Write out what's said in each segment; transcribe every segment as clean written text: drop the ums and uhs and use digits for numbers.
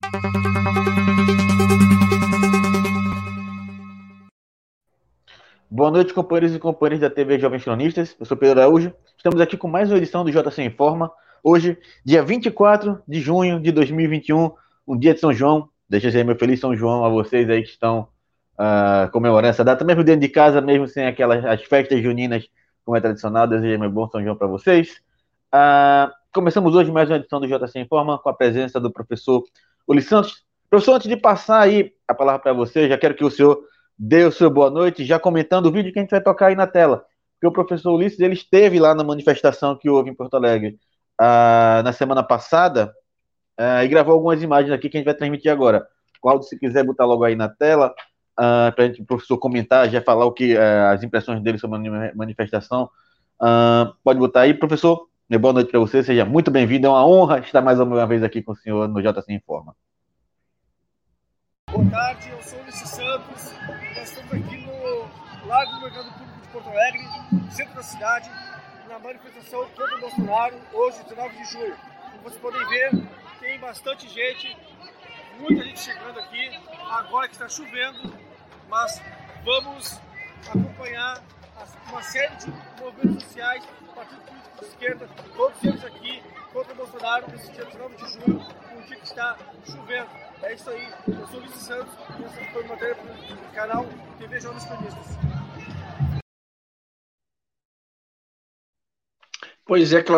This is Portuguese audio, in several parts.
Boa noite, companheiros e companheiras da TV Jovens Cronistas. Eu sou Pedro Araújo. Estamos aqui com mais uma edição do JC Informa. Hoje, dia 24 de junho de 2021, um dia de São João. Deixa eu dizer meu feliz São João a vocês aí que estão comemorando essa data, mesmo dentro de casa, mesmo sem as festas juninas, como é tradicional. Desejo meu bom São João para vocês. Começamos hoje mais uma edição do JC Informa com a presença do professor Ulisses Santos. Professor, antes de passar aí a palavra para você, já quero que o senhor dê o seu boa noite, já comentando o vídeo que a gente vai tocar aí na tela. Porque o professor Ulisses, ele esteve lá na manifestação que houve em Porto Alegre na semana passada e gravou algumas imagens aqui que a gente vai transmitir agora. Claudio, se quiser botar logo aí na tela, para o professor comentar, já falar as impressões dele sobre a manifestação. Pode botar aí, professor. Boa noite para você, seja muito bem-vindo. É uma honra estar mais uma vez aqui com o senhor no JC Informa. Boa tarde, eu sou o Ulisses Santos. Nós estamos aqui no Largo do Mercado Público de Porto Alegre, centro da cidade, na manifestação contra o Bolsonaro, hoje, 19 de julho. Como vocês podem ver, tem bastante gente, muita gente chegando aqui, agora que está chovendo, mas vamos acompanhar uma série de movimentos sociais, partidos políticos de esquerda, todos eles aqui contra o Bolsonaro, nesse dia 19 de julho, um dia que está chovendo. É isso aí, eu sou o Ulisses Santos e essa foi uma matéria do canal TV Jovens Cronistas. Pois é,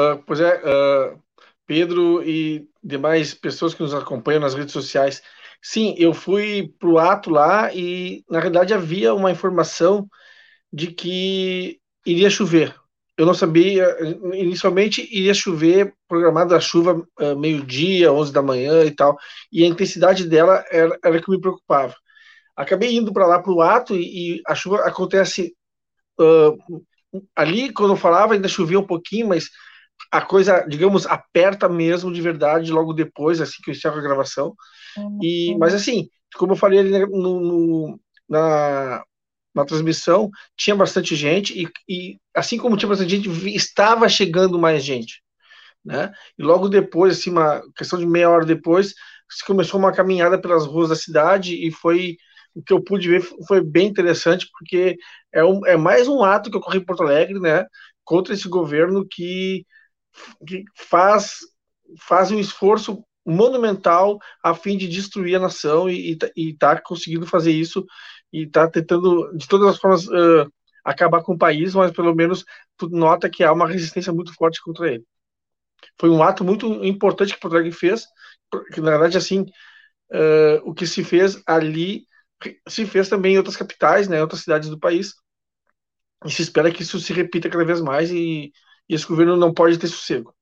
Pedro e demais pessoas que nos acompanham nas redes sociais. Sim, eu fui para o ato lá e, na realidade, havia uma informação de que iria chover. Eu não sabia, inicialmente iria chover, programada a chuva meio-dia, 11 da manhã e tal, e a intensidade dela era que me preocupava. Acabei indo para lá para o ato e a chuva acontece ali, quando eu falava, ainda chovia um pouquinho, mas a coisa, digamos, aperta mesmo de verdade logo depois, assim que eu encerro a gravação. Mas assim, como eu falei ali na transmissão, tinha bastante gente e assim como tinha bastante gente, estava chegando mais gente, né? E logo depois, assim, uma questão de meia hora depois, se começou uma caminhada pelas ruas da cidade e foi o que eu pude ver foi bem interessante, porque é mais um ato que ocorre em Porto Alegre, né? Contra esse governo que faz um esforço monumental a fim de destruir a nação e tá conseguindo fazer isso e tá tentando de todas as formas acabar com o país, mas pelo menos tu nota que há uma resistência muito forte contra ele. Foi um ato muito importante que Porto Alegre fez, porque na verdade assim o que se fez ali se fez também em outras capitais, né, em outras cidades do país, e se espera que isso se repita cada vez mais e esse governo não pode ter sossego.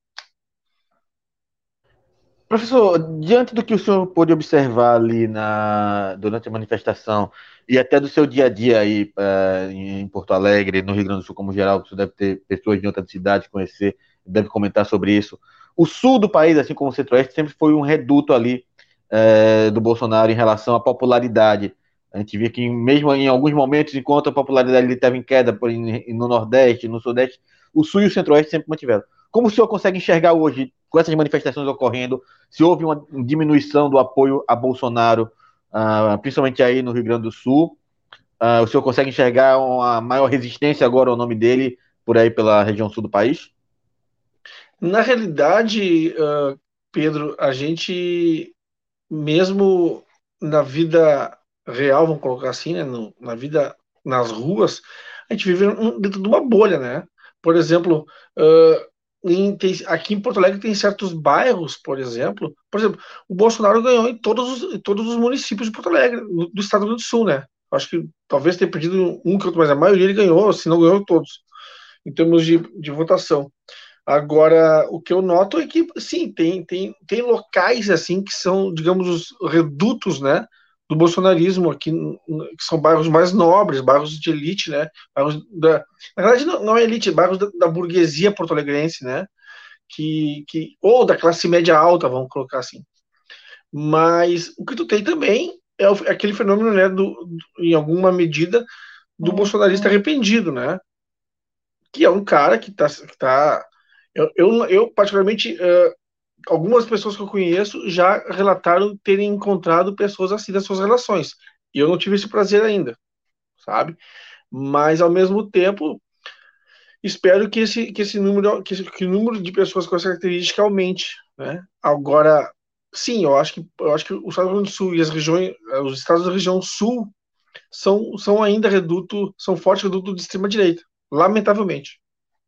Professor, diante do que o senhor pôde observar ali durante a manifestação e até do seu dia a dia aí em Porto Alegre, no Rio Grande do Sul como geral, que o senhor deve ter pessoas de outras cidades conhecer, deve comentar sobre isso. O sul do país, assim como o centro-oeste, sempre foi um reduto ali do Bolsonaro em relação à popularidade. A gente via que mesmo em alguns momentos, enquanto a popularidade estava em queda no Nordeste, no Sudeste, o sul e o centro-oeste sempre mantiveram. Como o senhor consegue enxergar hoje, com essas manifestações ocorrendo, se houve uma diminuição do apoio a Bolsonaro, principalmente aí no Rio Grande do Sul? O senhor consegue enxergar uma maior resistência agora ao nome dele por aí pela região sul do país? Na realidade, Pedro, a gente, mesmo na vida real, vamos colocar assim, né, na vida, nas ruas, a gente vive dentro de uma bolha, né? Por exemplo, aqui em Porto Alegre tem certos bairros, por exemplo, o Bolsonaro ganhou em todos os municípios de Porto Alegre, do estado do Rio Grande do Sul, né? Acho que talvez tenha perdido um que outro, mas a maioria ele ganhou, se não ganhou todos, em termos de votação. Agora, o que eu noto é que, sim, tem locais, assim, que são, digamos, os redutos, né, do bolsonarismo aqui, que são bairros mais nobres, bairros de elite, né, na verdade, não é elite, bairros da burguesia porto-alegrense, né, ou da classe média alta, vamos colocar assim. Mas o que tu tem também é aquele fenômeno, né, em alguma medida, do bolsonarista arrependido, né, que é um cara que tá eu particularmente algumas pessoas que eu conheço já relataram terem encontrado pessoas assim nas suas relações. E eu não tive esse prazer ainda, sabe? Mas ao mesmo tempo, espero que esse número, que o número de pessoas com essa característica aumente, né? Agora, sim, eu acho que o Estado do Rio Grande do Sul e as regiões, os estados da região sul são ainda reduto, são forte reduto de extrema direita, lamentavelmente.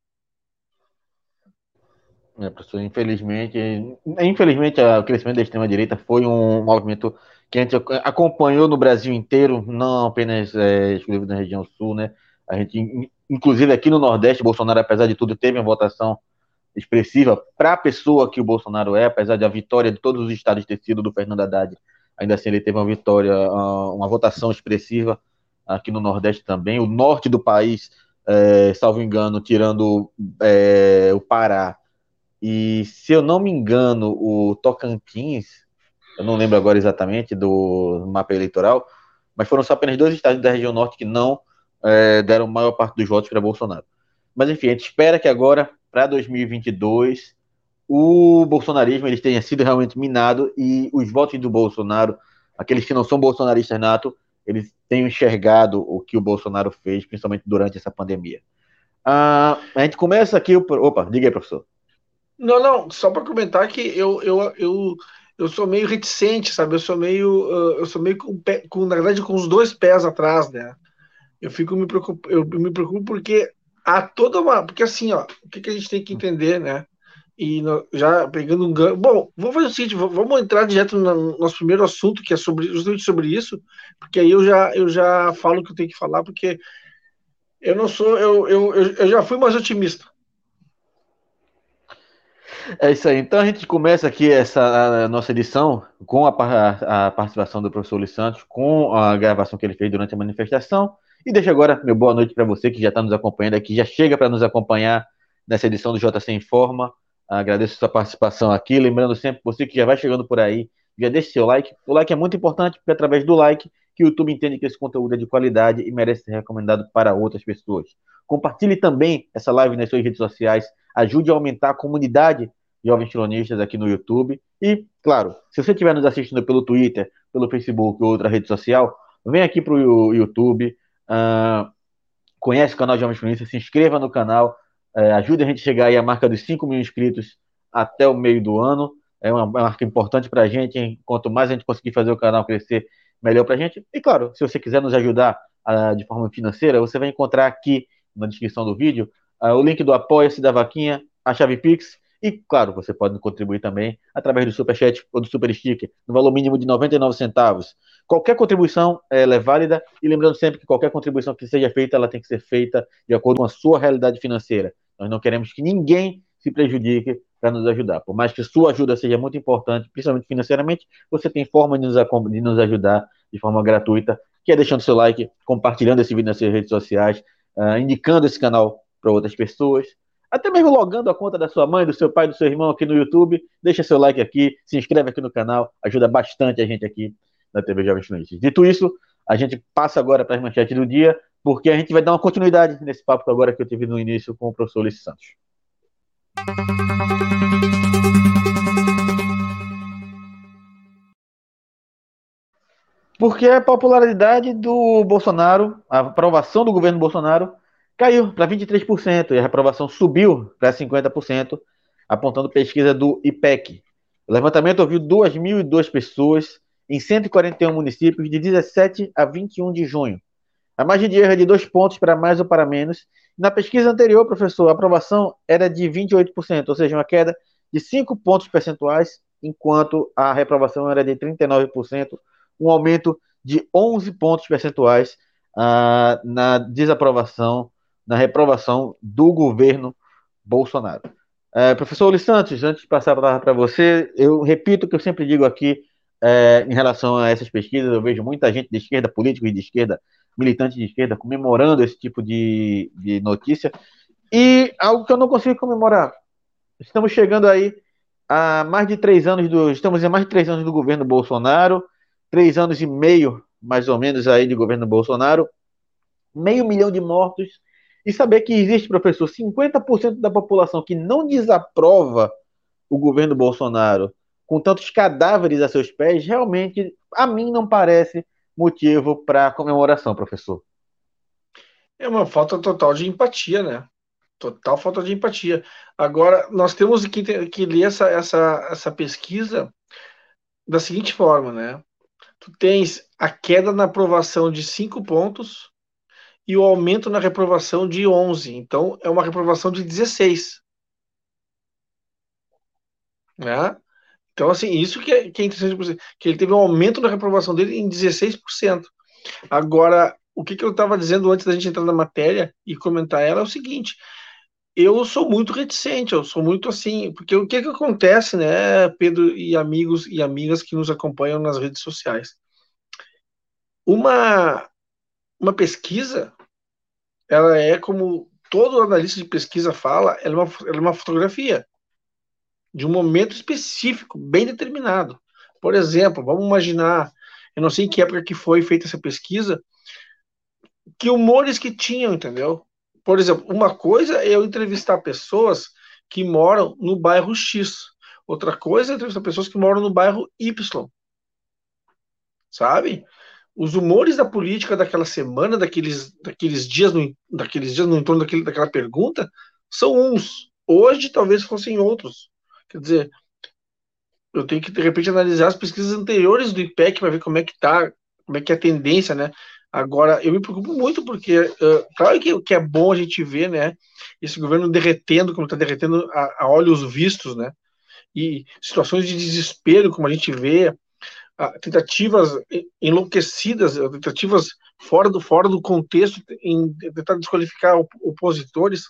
Professor, infelizmente, o crescimento da extrema-direita foi um movimento que a gente acompanhou no Brasil inteiro, não apenas exclusivo da região sul, né? A gente, inclusive aqui no Nordeste, Bolsonaro, apesar de tudo, teve uma votação expressiva para a pessoa que o Bolsonaro é, apesar de a vitória de todos os estados ter sido do Fernando Haddad, ainda assim ele teve uma vitória, uma votação expressiva aqui no Nordeste também. O norte do país, salvo engano, tirando o Pará, e se eu não me engano, o Tocantins, eu não lembro agora exatamente do mapa eleitoral, mas foram só apenas 2 estados da região norte que não deram a maior parte dos votos para Bolsonaro. Mas enfim, a gente espera que agora, para 2022, o bolsonarismo ele tenha sido realmente minado e os votos do Bolsonaro, aqueles que não são bolsonaristas nato, eles tenham enxergado o que o Bolsonaro fez, principalmente durante essa pandemia. A gente começa aqui. Opa, diga aí, professor. Não, não, só para comentar que eu sou meio reticente, sabe? Eu sou meio na verdade, com os dois pés atrás, né? Eu me preocupo porque há toda uma. Porque assim, ó, o que a gente tem que entender, né? E já pegando um gancho. Bom, vamos fazer o seguinte, vamos entrar direto no nosso primeiro assunto, que é justamente sobre isso, porque aí eu já falo o que eu tenho que falar, porque eu não sou. Eu já fui mais otimista. É isso aí. Então a gente começa aqui essa a nossa edição com a participação do professor Luiz Santos, com a gravação que ele fez durante a manifestação. E deixa agora meu boa noite para você que já está nos acompanhando aqui, já chega para nos acompanhar nessa edição do JC Informa. Agradeço a sua participação aqui. Lembrando sempre, você que já vai chegando por aí, já deixe seu like. O like é muito importante, porque é através do like que o YouTube entende que esse conteúdo é de qualidade e merece ser recomendado para outras pessoas. Compartilhe também essa live nas suas redes sociais. Ajude a aumentar a comunidade Jovens Cronistas aqui no YouTube. E, claro, se você estiver nos assistindo pelo Twitter, pelo Facebook ou outra rede social, vem aqui para o YouTube, conhece o canal Jovens Cronistas, se inscreva no canal, ajude a gente a chegar aí à marca dos 5 mil inscritos até o meio do ano. É uma marca importante para a gente, hein? Quanto mais a gente conseguir fazer o canal crescer, melhor para a gente. E, claro, se você quiser nos ajudar de forma financeira, você vai encontrar aqui na descrição do vídeo o link do Apoia-se da Vaquinha, a chave Pix. E, claro, você pode contribuir também através do Superchat ou do Super Sticker, no valor mínimo de 99 centavos. Qualquer contribuição ela é válida, e lembrando sempre que qualquer contribuição que seja feita, ela tem que ser feita de acordo com a sua realidade financeira. Nós não queremos que ninguém se prejudique para nos ajudar. Por mais que sua ajuda seja muito importante, principalmente financeiramente, você tem forma de nos ajudar de forma gratuita, que é deixando seu like, compartilhando esse vídeo nas suas redes sociais, indicando esse canal para outras pessoas, até mesmo logando a conta da sua mãe, do seu pai, do seu irmão aqui no YouTube. Deixa seu like aqui, se inscreve aqui no canal, ajuda bastante a gente aqui na TV Jovens Cronistas. Dito isso, a gente passa agora para as manchetes do dia, porque a gente vai dar uma continuidade nesse papo agora que eu tive no início com o professor Ulisses Santos. Porque a popularidade do Bolsonaro, a aprovação do governo Bolsonaro, caiu para 23% e a reprovação subiu para 50%, apontando pesquisa do IPEC. O levantamento ouviu 2.002 pessoas em 141 municípios de 17 a 21 de junho. A margem de erro é de 2 pontos para mais ou para menos. Na pesquisa anterior, professor, a aprovação era de 28%, ou seja, uma queda de 5 pontos percentuais, enquanto a reprovação era de 39%, um aumento de 11 pontos percentuais na desaprovação, na reprovação do governo Bolsonaro. Professor Ulisses Santos, antes de passar a palavra para você, eu repito o que eu sempre digo aqui em relação a essas pesquisas. Eu vejo muita gente de esquerda, políticos de esquerda, militantes de esquerda, comemorando esse tipo de notícia. E algo que eu não consigo comemorar. Estamos chegando aí a mais de 3 anos estamos em mais de 3 anos do governo Bolsonaro, 3 anos e meio, mais ou menos, aí de governo Bolsonaro, 500 mil de mortos, e saber que existe, professor, 50% da população que não desaprova o governo Bolsonaro com tantos cadáveres a seus pés, realmente, a mim não parece motivo para comemoração, professor. É uma falta total de empatia, né? Total falta de empatia. Agora, nós temos que ler essa pesquisa da seguinte forma, né? Tu tens a queda na aprovação de 5 pontos e o aumento na reprovação de 11. Então, é uma reprovação de 16. Né? Então, assim, isso que é interessante, que ele teve um aumento na reprovação dele em 16%. Agora, o que eu estava dizendo antes da gente entrar na matéria e comentar ela é o seguinte: eu sou muito reticente, eu sou muito assim, porque o que acontece, né, Pedro e amigos e amigas que nos acompanham nas redes sociais? Uma, uma pesquisa, ela é como todo analista de pesquisa fala, ela é uma fotografia de um momento específico, bem determinado. Por exemplo, vamos imaginar, eu não sei em que época que foi feita essa pesquisa, que humores que tinham, entendeu? Por exemplo, uma coisa é eu entrevistar pessoas que moram no bairro X. Outra coisa é entrevistar pessoas que moram no bairro Y, sabe? Os humores da política daquela semana, daqueles dias no entorno daquela pergunta, são uns. Hoje talvez fossem outros. Quer dizer, eu tenho que, de repente, analisar as pesquisas anteriores do IPEC para ver como é que tá, como é que é a tendência, né? Agora, eu me preocupo muito porque, claro que é bom a gente ver, né, esse governo derretendo, como está derretendo a olhos vistos, né, e situações de desespero, como a gente vê, tentativas enlouquecidas, tentativas fora do contexto em tentar desqualificar opositores,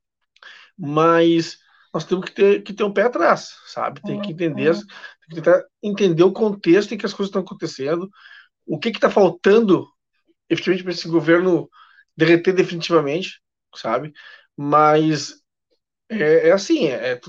mas nós temos que ter um pé atrás, sabe? Tem que entender, tem que tentar entender o contexto em que as coisas estão acontecendo, o que está faltando efetivamente para esse governo derreter definitivamente, sabe? Mas é assim,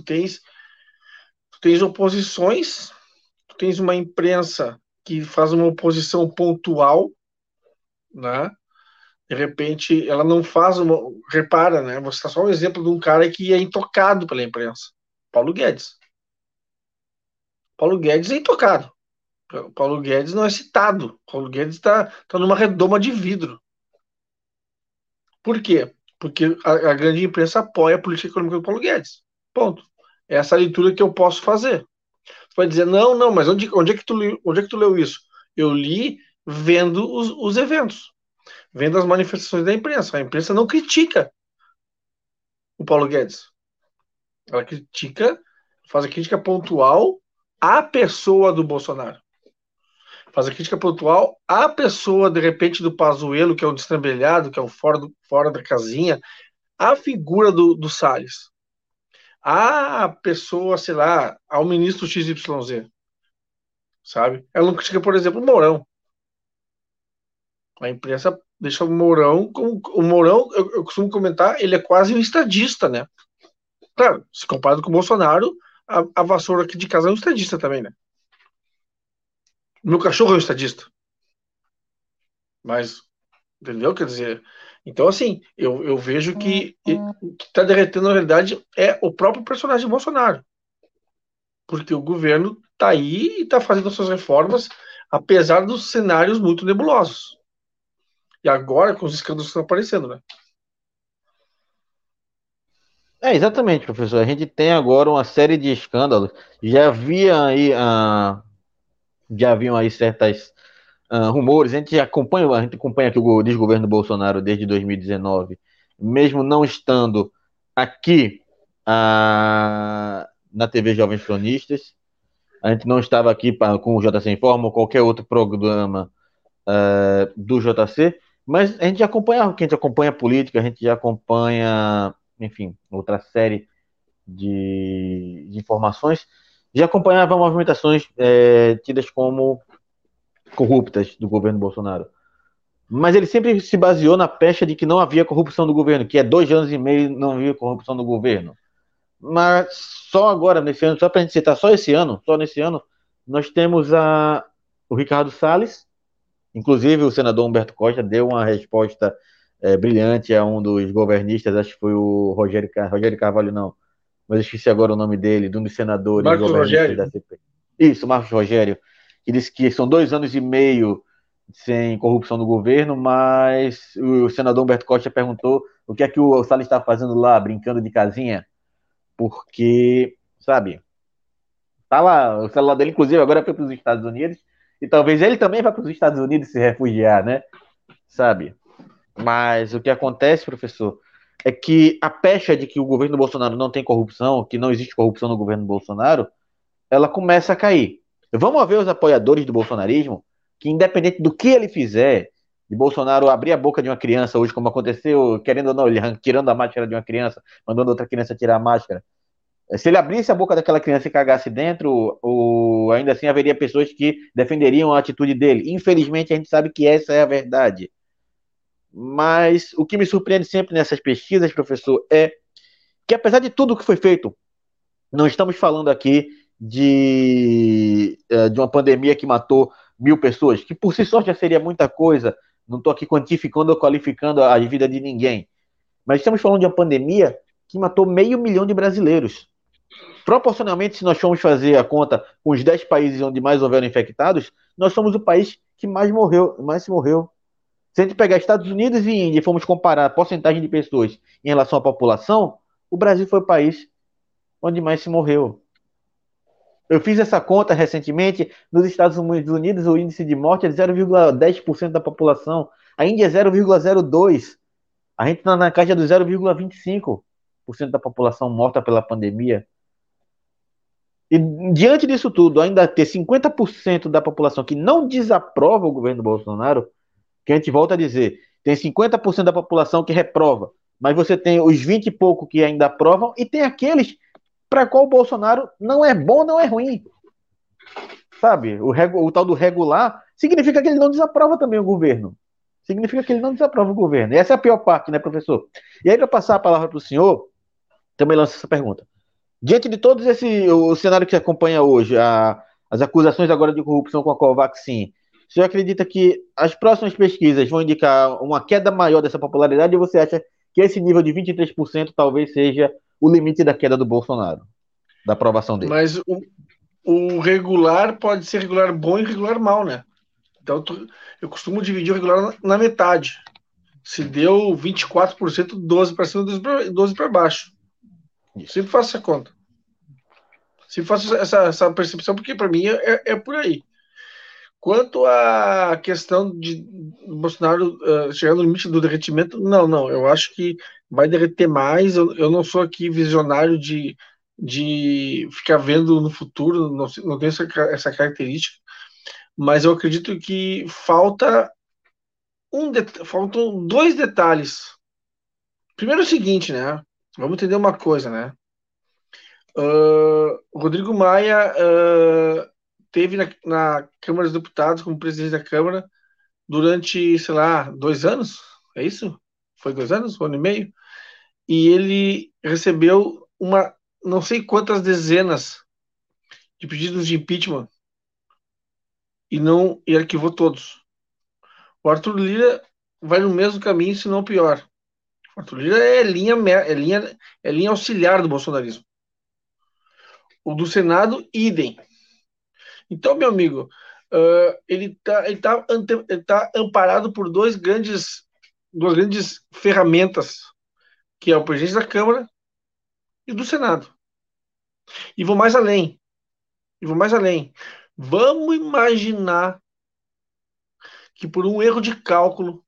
tu tens oposições, tu tens uma imprensa que faz uma oposição pontual, né? De repente, ela não faz uma. Repara, né? Você está só um exemplo de um cara que é intocado pela imprensa. Paulo Guedes. Paulo Guedes é intocado. Paulo Guedes não é citado. Paulo Guedes tá numa redoma de vidro. Por quê? Porque a grande imprensa apoia a política econômica do Paulo Guedes. Ponto. É essa a leitura que eu posso fazer. Você vai dizer, não, mas onde é que tu leu isso? Eu li vendo os eventos, vendo as manifestações da imprensa. A imprensa não critica o Paulo Guedes. Ela critica, faz a crítica pontual à pessoa do Bolsonaro. Faz a crítica pontual à pessoa, de repente, do Pazuello, que é um destrambelhado, que é um fora da casinha, à figura do Salles. A pessoa, sei lá, ao ministro XYZ, sabe? Ela não critica, por exemplo, o Mourão. A imprensa deixa o Mourão como. O Mourão, eu costumo comentar, ele é quase um estadista, né? Claro, se comparado com o Bolsonaro, a vassoura aqui de casa é um estadista também, né? O meu cachorro é um estadista. Mas, entendeu? Quer dizer, então, assim, eu vejo que o que está derretendo, na realidade, é o próprio personagem Bolsonaro. Porque o governo está aí e está fazendo suas reformas, apesar dos cenários muito nebulosos. E agora com os escândalos que estão aparecendo, né? Exatamente, professor. A gente tem agora uma série de escândalos. Já havia aí, já haviam aí certas rumores. A gente acompanha aqui o desgoverno Bolsonaro desde 2019, mesmo não estando aqui na TV Jovens Cronistas. A gente não estava aqui com o JC Informa ou qualquer outro programa do JC, mas a gente já acompanha, que a gente acompanha a política, a gente já acompanha, enfim, outra série de informações, já acompanhava movimentações tidas como corruptas do governo Bolsonaro. Mas ele sempre se baseou na pecha de que não havia corrupção do governo, que 2 anos e meio não havia corrupção do governo. Mas só agora, nesse ano, só para a gente citar, só nesse ano, nós temos o Ricardo Salles, inclusive o senador Humberto Costa deu uma resposta brilhante a um dos governistas, acho que foi o Rogério Carvalho, não, mas eu esqueci agora o nome dele, de um dos senadores Marcos governistas da Rogério. CPI. Isso, Marcos Rogério, que disse que são 2 anos e meio sem corrupção no governo, mas o senador Humberto Costa perguntou o que é que o Salles está fazendo lá, brincando de casinha, porque, sabe, tá lá, o celular dele, inclusive, agora foi para os Estados Unidos, e talvez ele também vá para os Estados Unidos se refugiar, né? Sabe? Mas o que acontece, professor, é que a pecha de que o governo Bolsonaro não tem corrupção, que não existe corrupção no governo Bolsonaro, ela começa a cair. Vamos ver os apoiadores do bolsonarismo, que independente do que ele fizer, de Bolsonaro abrir a boca de uma criança hoje, como aconteceu, querendo ou não, ele tirando a máscara de uma criança, mandando outra criança tirar a máscara. Se ele abrisse a boca daquela criança e cagasse dentro, ainda assim haveria pessoas que defenderiam a atitude dele. Infelizmente, a gente sabe que essa é a verdade. Mas o que me surpreende sempre nessas pesquisas, professor, é que apesar de tudo que foi feito, não estamos falando aqui de uma pandemia que matou 1.000 pessoas, que por si só já seria muita coisa. Não estou aqui quantificando ou qualificando a vida de ninguém. Mas estamos falando de uma pandemia que matou 500 mil de brasileiros. Proporcionalmente, se nós formos fazer a conta com os 10 países onde mais houveram infectados, nós somos o país que mais se morreu. Se a gente pegar Estados Unidos e Índia e formos comparar a porcentagem de pessoas em relação à população, o Brasil foi o país onde mais se morreu. Eu fiz essa conta recentemente. Nos Estados Unidos, o índice de morte é de 0,10% da população. A Índia é 0,02%. A gente está na caixa do 0,25% da população morta pela pandemia. E diante disso tudo, ainda ter 50% da população que não desaprova o governo Bolsonaro, que a gente volta a dizer, tem 50% da população que reprova, mas você tem os 20 e pouco que ainda aprovam, e tem aqueles para qual o Bolsonaro não é bom, não é ruim. Sabe? O tal do regular significa que ele não desaprova também o governo. Significa que ele não desaprova o governo. E essa é a pior parte, né, professor? E aí, para passar a palavra para o senhor, também lanço essa pergunta. Diante de todos o cenário que acompanha hoje, as acusações agora de corrupção com a Covaxin, o senhor acredita que as próximas pesquisas vão indicar uma queda maior dessa popularidade ou você acha que esse nível de 23% talvez seja o limite da queda do Bolsonaro, da aprovação dele? Mas o regular pode ser regular bom e regular mal, né? Então, eu costumo dividir o regular na metade. Se deu 24%, 12 para cima, 12 para baixo. Isso. Sempre faço essa conta. Sempre faço essa percepção, porque para mim é por aí. Quanto à questão de Bolsonaro chegar no limite do derretimento, não. Eu acho que vai derreter mais. Eu não sou aqui visionário de ficar vendo no futuro, não tenho essa característica, mas eu acredito que faltam dois detalhes. Primeiro é o seguinte, né? Vamos entender uma coisa, né? O Rodrigo Maia teve na Câmara dos Deputados como presidente da Câmara durante, sei lá, 2 anos, é isso? Foi 2 anos, 1 ano e meio? E ele recebeu não sei quantas dezenas de pedidos de impeachment e arquivou todos. O Arthur Lira vai no mesmo caminho, se não pior. O Arthur Lira é linha auxiliar do bolsonarismo. O do Senado, idem. Então, meu amigo, ele tá amparado por duas grandes ferramentas, que é o presidente da Câmara e do Senado. E vou mais além. Vamos imaginar que por um erro de cálculo,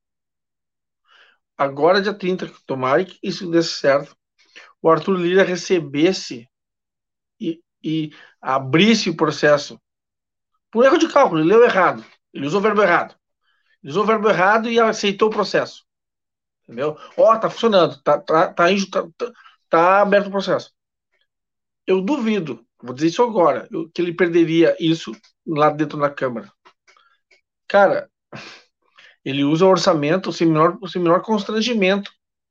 agora dia 30, tomara que isso desse certo, o Arthur Lira recebesse e abrisse o processo. Por erro de cálculo, ele leu errado. Ele usou o verbo errado. Ele usou o verbo errado e aceitou o processo. Entendeu? Tá funcionando. Tá aberto o processo. Eu duvido, vou dizer isso agora, que ele perderia isso lá dentro da Câmara. Cara, ele usa o orçamento sem menor constrangimento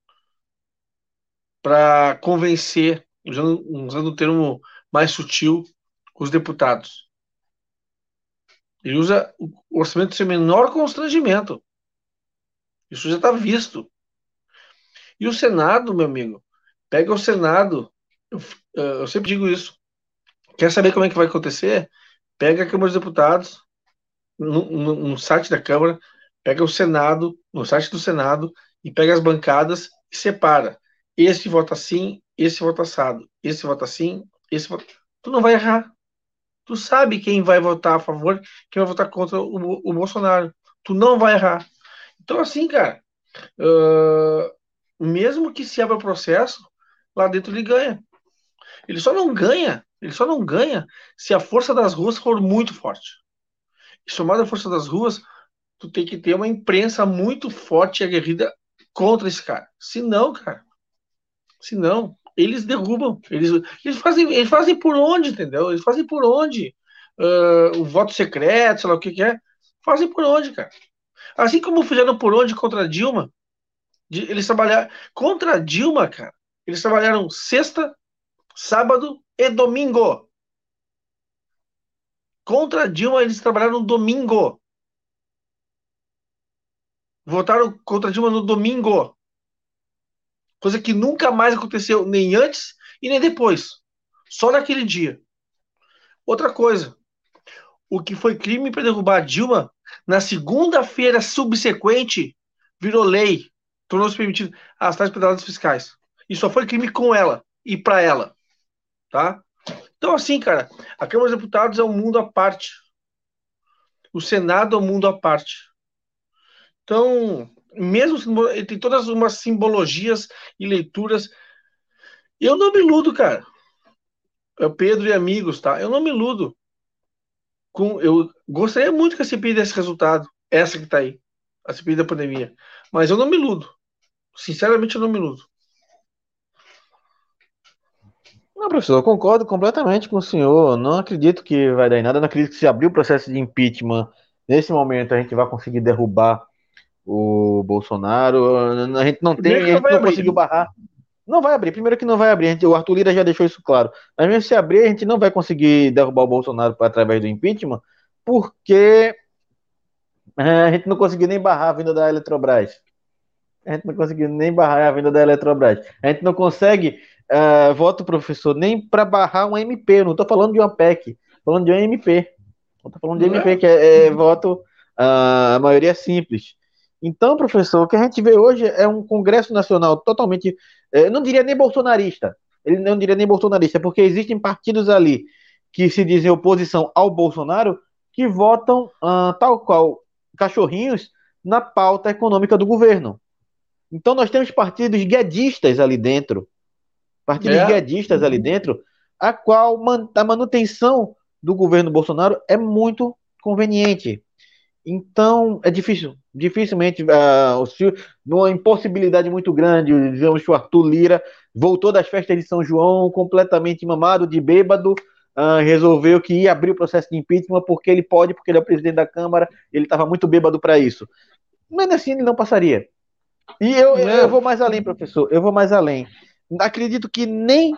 para convencer, usando um termo mais sutil, os deputados. Ele usa o orçamento sem menor constrangimento. Isso já está visto. E o Senado, meu amigo, pega o Senado, Eu sempre digo isso. Quer saber como é que vai acontecer? Pega a Câmara dos Deputados, no site da Câmara, pega o Senado, no site do Senado, e pega as bancadas e separa. Esse vota sim, esse vota assado. Esse vota sim, esse vota... Tu não vai errar. Tu sabe quem vai votar a favor, quem vai votar contra o Bolsonaro. Tu não vai errar. Então, assim, cara, mesmo que se abra o processo, lá dentro ele ganha. Ele só não ganha se a força das ruas for muito forte. E somado à força das ruas, tu tem que ter uma imprensa muito forte e aguerrida contra esse cara. Se não, eles derrubam. Eles fazem por onde, entendeu? Eles fazem por onde. O voto secreto, sei lá o que é. Fazem por onde, cara. Assim como fizeram por onde contra a Dilma. Eles trabalharam contra a Dilma, cara. Eles trabalharam sexta, sábado e domingo. Contra a Dilma, eles trabalharam domingo. Votaram contra a Dilma no domingo. Coisa que nunca mais aconteceu, nem antes e nem depois. Só naquele dia. Outra coisa, o que foi crime para derrubar a Dilma, na segunda-feira subsequente, virou lei. Tornou-se permitido as tais pedaladas fiscais. E só foi crime com ela e para ela. Tá? Então, assim, cara, a Câmara dos Deputados é um mundo à parte. O Senado é um mundo à parte. Então, mesmo tem todas umas simbologias e leituras. Eu não me iludo, cara. Pedro e amigos, tá? Eu não me iludo. Eu gostaria muito que a CPI desse resultado, essa que tá aí, a CPI da pandemia. Mas eu não me iludo. Sinceramente, eu não me iludo. Não, professor, eu concordo completamente com o senhor. Não acredito que vai dar em nada. Não acredito que se abrir o processo de impeachment, nesse momento a gente vai conseguir derrubar o Bolsonaro. A gente não Primeiro tem, que a não gente vai não abrir. conseguiu barrar. Não vai abrir. Primeiro que não vai abrir. O Arthur Lira já deixou isso claro. Mas mesmo se abrir, a gente não vai conseguir derrubar o Bolsonaro através do impeachment, porque a gente não conseguiu nem barrar a vinda da Eletrobras. A gente não conseguiu nem barrar a vinda da Eletrobras. A gente não consegue voto, professor, nem para barrar um MP. Eu não estou falando de uma PEC, estou falando de um MP. Eu estou falando de Não MP, é? que é voto, a maioria simples. Então, professor, o que a gente vê hoje é um Congresso Nacional totalmente, eu não diria nem bolsonarista. Ele não diria nem bolsonarista, porque existem partidos ali que se dizem oposição ao Bolsonaro que votam tal qual cachorrinhos na pauta econômica do governo. Então nós temos partidos guedistas ali dentro, partidos É. guedistas ali dentro, a qual a manutenção do governo Bolsonaro é muito conveniente. Então é difícil, dificilmente, uma impossibilidade muito grande, digamos que o Arthur Lira voltou das festas de São João completamente mamado de bêbado, resolveu que ia abrir o processo de impeachment porque ele pode, porque ele é o presidente da Câmara, ele estava muito bêbado para isso. Mas assim ele não passaria. E eu Não. vou mais além, professor. Eu vou mais além. Acredito que nem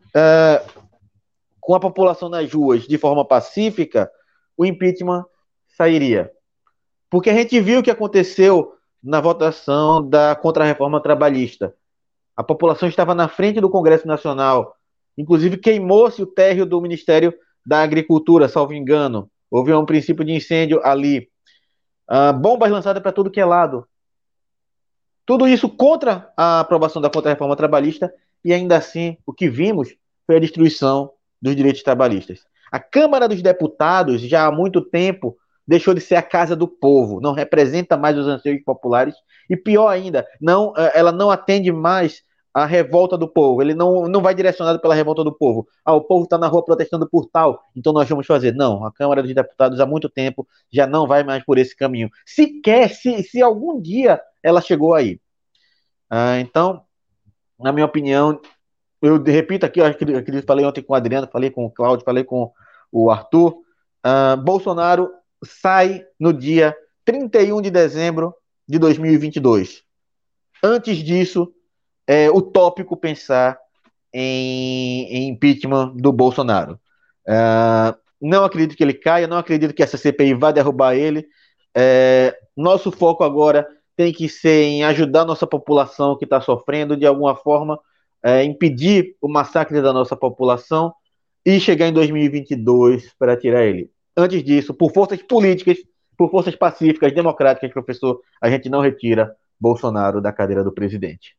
com a população nas ruas de forma pacífica o impeachment sairia. Porque a gente viu o que aconteceu na votação da contra-reforma trabalhista. A população estava na frente do Congresso Nacional. Inclusive queimou-se o térreo do Ministério da Agricultura, salvo engano. Houve um princípio de incêndio ali. Bombas lançadas para tudo que é lado. Tudo isso contra a aprovação da contra-reforma trabalhista e ainda assim o que vimos foi a destruição dos direitos trabalhistas. A Câmara dos Deputados já há muito tempo deixou de ser a casa do povo, não representa mais os anseios populares e pior ainda, ela não atende mais a revolta do povo. Ele não vai direcionado pela revolta do povo. O povo está na rua protestando por tal, então nós vamos fazer. Não, a Câmara dos Deputados há muito tempo já não vai mais por esse caminho. Se algum dia ela chegou aí. Então, na minha opinião, eu repito aqui, eu acredito que falei ontem com o Adriano, falei com o Cláudio, falei com o Arthur. Bolsonaro sai no dia 31 de dezembro de 2022. Antes disso, é utópico pensar em impeachment do Bolsonaro. Não acredito que ele caia, não acredito que essa CPI vá derrubar ele. Nosso foco agora tem que ser em ajudar nossa população que está sofrendo de alguma forma impedir o massacre da nossa população e chegar em 2022 para tirar ele. Antes disso, por forças políticas, por forças pacíficas, democráticas, professor, a gente não retira Bolsonaro da cadeira do presidente.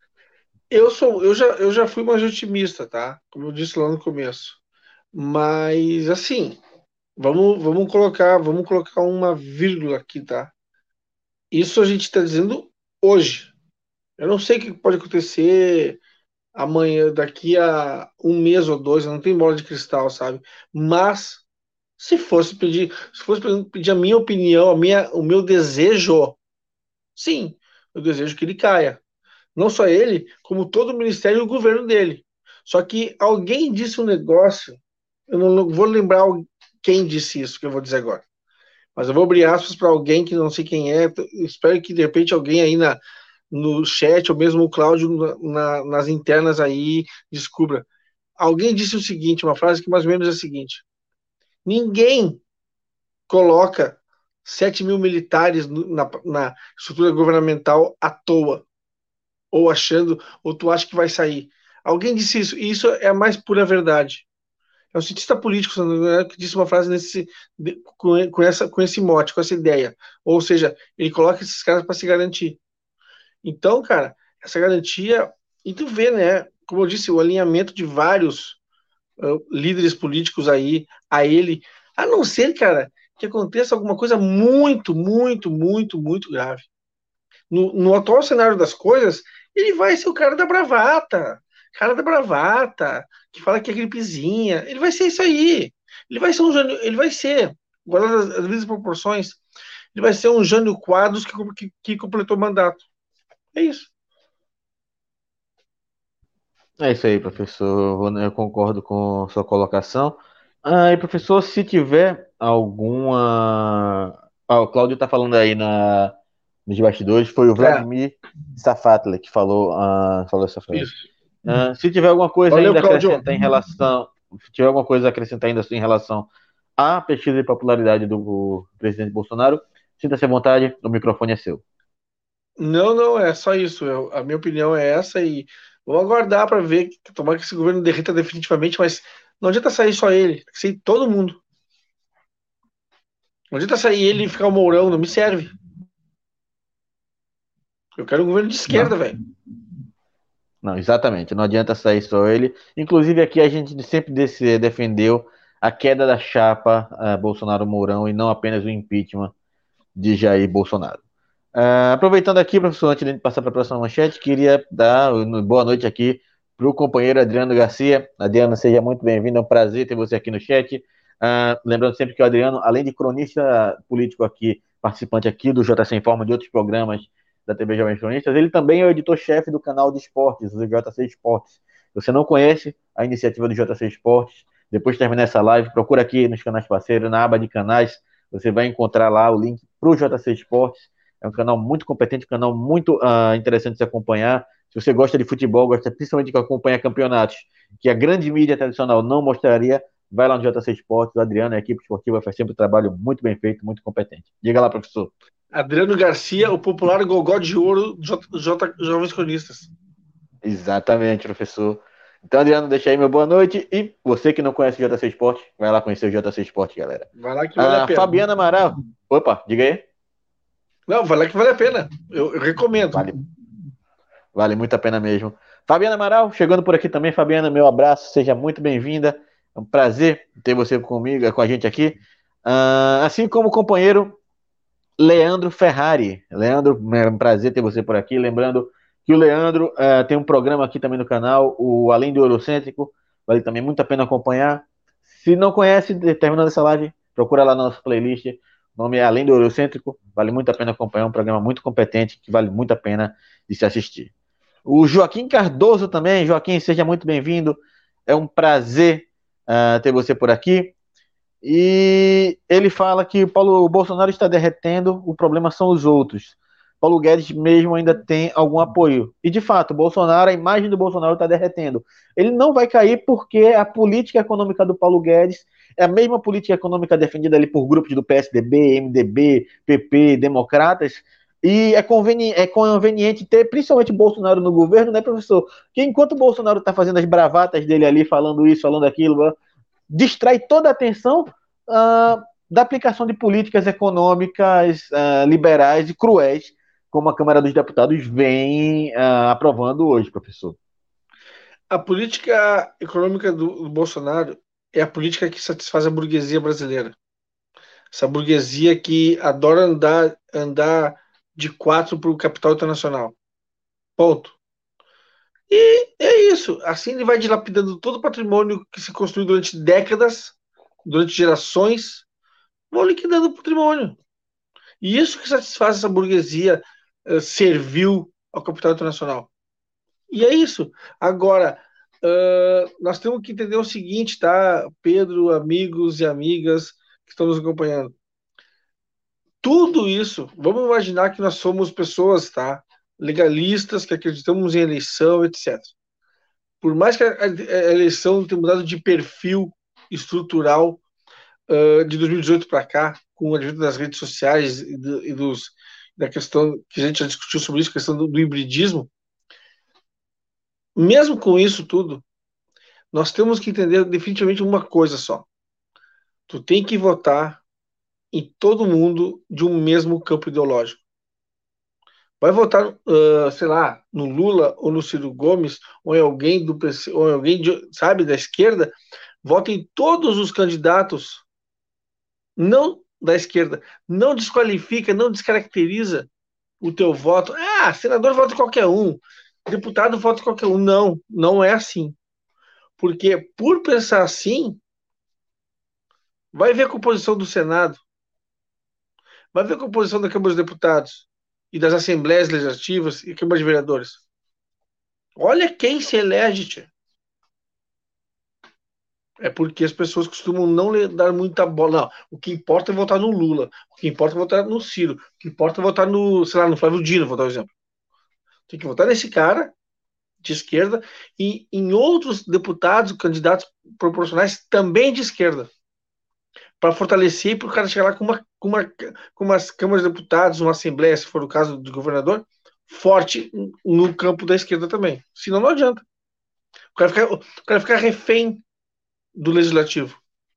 Eu já fui mais otimista, tá? Como eu disse lá no começo. Mas assim, vamos colocar uma vírgula aqui, tá? Isso a gente está dizendo hoje. Eu não sei o que pode acontecer amanhã, daqui a um mês ou dois, eu não tenho bola de cristal, sabe? Mas se fosse pedir a minha opinião, o meu desejo, sim, eu desejo que ele caia. Não só ele, como todo o ministério e o governo dele. Só que alguém disse um negócio, eu não vou lembrar quem disse isso que eu vou dizer agora. Mas eu vou abrir aspas para alguém que não sei quem é. Espero que de repente alguém aí no chat, ou mesmo o Cláudio nas internas aí, descubra. Alguém disse o seguinte, uma frase que mais ou menos é a seguinte: ninguém coloca 7 mil militares na estrutura governamental à toa, ou achando, ou tu acha que vai sair. Alguém disse isso, e isso é a mais pura verdade. É um cientista político que disse uma frase com esse mote, com essa ideia. Ou seja, ele coloca esses caras para se garantir. Então, cara, essa garantia, e tu vê, né, como eu disse, o alinhamento de vários líderes políticos aí a ele, a não ser, cara, que aconteça alguma coisa muito, muito, muito, muito grave. No atual cenário das coisas, ele vai ser o cara da bravata, que fala que é gripezinha, ele vai ser isso aí. Ele vai ser ele vai ser, guardado as devidas proporções, ele vai ser um Jânio Quadros que completou o mandato. É isso. É isso aí, professor. Eu concordo com sua colocação. E professor, se tiver alguma. O Cláudio está falando aí nos bastidores, foi o É, Vladimir Safatli que falou essa frase. isso. Se tiver alguma coisa Valeu, ainda a Cláudio. acrescentar em relação. Se tiver alguma coisa a acrescentar ainda assim em relação à pesquisa de popularidade do presidente Bolsonaro, sinta-se à vontade, o microfone é seu. Não, não, é só isso. A minha opinião é essa e vamos aguardar para ver. Tomara que esse governo derrita definitivamente, mas não adianta sair só ele, tem que sair todo mundo. Não adianta sair ele e ficar o Mourão, não me serve. Eu quero um governo de esquerda, Não. velho. Não, exatamente. Não adianta sair só ele. Inclusive, aqui a gente sempre defendeu a queda da chapa Bolsonaro-Mourão e não apenas o impeachment de Jair Bolsonaro. Aproveitando aqui, professor, antes de passar para a próxima manchete, queria dar boa noite aqui para o companheiro Adriano Garcia. Adriano, seja muito bem-vindo. É um prazer ter você aqui no chat. Lembrando sempre que o Adriano, além de cronista político aqui, participante aqui do JC Informa, de outros programas da TV Jovens Cronistas, ele também é o editor-chefe do canal de esportes, o JC Esportes. Se você não conhece a iniciativa do JC Esportes, depois de terminar essa live, procura aqui nos canais parceiros, na aba de canais, você vai encontrar lá o link para o JC Esportes. É um canal muito competente, um canal muito interessante de se acompanhar. Se você gosta de futebol, gosta principalmente de acompanhar campeonatos que a grande mídia tradicional não mostraria, vai lá no JC Esportes. O Adriano, a equipe esportiva, faz sempre um trabalho muito bem feito, muito competente. Diga lá, professor. Adriano Garcia, o popular gogó de ouro dos Jovens Cronistas. Exatamente, professor. Então, Adriano, deixa aí meu boa noite. E você que não conhece o JC Esporte, vai lá conhecer o JC Esporte, galera. Vai lá que vale a pena. Fabiana Amaral. Opa, diga aí. Não, vai lá que vale a pena. Eu recomendo. Vale muito a pena mesmo. Fabiana Amaral, chegando por aqui também. Fabiana, meu abraço, seja muito bem-vinda. É um prazer ter você comigo, com a gente aqui. Assim como o companheiro Leandro Ferrari. Leandro, é um prazer ter você por aqui. Lembrando que o Leandro tem um programa aqui também no canal, o Além do Eurocêntrico. Vale também muito a pena acompanhar. Se não conhece, terminando essa live, procura lá na nossa playlist. O nome é Além do Eurocêntrico. Vale muito a pena acompanhar, um programa muito competente que vale muito a pena de se assistir. O Joaquim Cardoso também. Joaquim, seja muito bem-vindo. É um prazer ter você por aqui. E ele fala que o Bolsonaro está derretendo, o problema são os outros. Paulo Guedes mesmo ainda tem algum apoio. E, de fato, a imagem do Bolsonaro está derretendo. Ele não vai cair porque a política econômica do Paulo Guedes é a mesma política econômica defendida ali por grupos do PSDB, MDB, PP, democratas, E é conveniente ter principalmente Bolsonaro no governo, né, professor? Que enquanto o Bolsonaro está fazendo as bravatas dele ali, falando isso, falando aquilo, distrai toda a atenção da aplicação de políticas econômicas liberais e cruéis, como a Câmara dos Deputados vem aprovando hoje, professor. A política econômica do Bolsonaro é a política que satisfaz a burguesia brasileira. Essa burguesia que adora andar de quatro para o capital internacional. Ponto. E é isso. Assim ele vai dilapidando todo o patrimônio que se construiu durante décadas, durante gerações, vão liquidando o patrimônio. E isso que satisfaz essa burguesia servil ao capital internacional. E é isso. Agora, nós temos que entender o seguinte, tá, Pedro, amigos e amigas que estão nos acompanhando. Tudo isso, vamos imaginar que nós somos pessoas, tá, legalistas, que acreditamos em eleição, etc. Por mais que a eleição tenha mudado de perfil estrutural de 2018 para cá, com o advento das redes sociais da questão que a gente já discutiu sobre isso, a questão do hibridismo, mesmo com isso tudo, nós temos que entender definitivamente uma coisa só. Tu tem que votar em todo mundo de um mesmo campo ideológico. Vai votar, sei lá, no Lula ou no Ciro Gomes, ou em alguém do PC, ou em alguém, sabe, da esquerda, vota em todos os candidatos, não da esquerda. Não desqualifica, não descaracteriza o teu voto. Ah, senador vota qualquer um, deputado vota qualquer um. Não, não é assim. Porque por pensar assim, vai ver a composição do Senado, vai ver a composição da Câmara dos Deputados e das Assembleias Legislativas e Câmara de Vereadores. Olha quem se elege, tia. É porque as pessoas costumam não dar muita bola. Não, o que importa é votar no Lula. O que importa é votar no Ciro. O que importa é votar no, sei lá, no Flávio Dino, vou dar um exemplo. Tem que votar nesse cara de esquerda e em outros deputados, candidatos proporcionais também de esquerda, para fortalecer e para o cara chegar lá com umas câmaras de deputados, uma assembleia, se for o caso do governador, forte no campo da esquerda também. Senão não adianta. O cara fica refém do legislativo.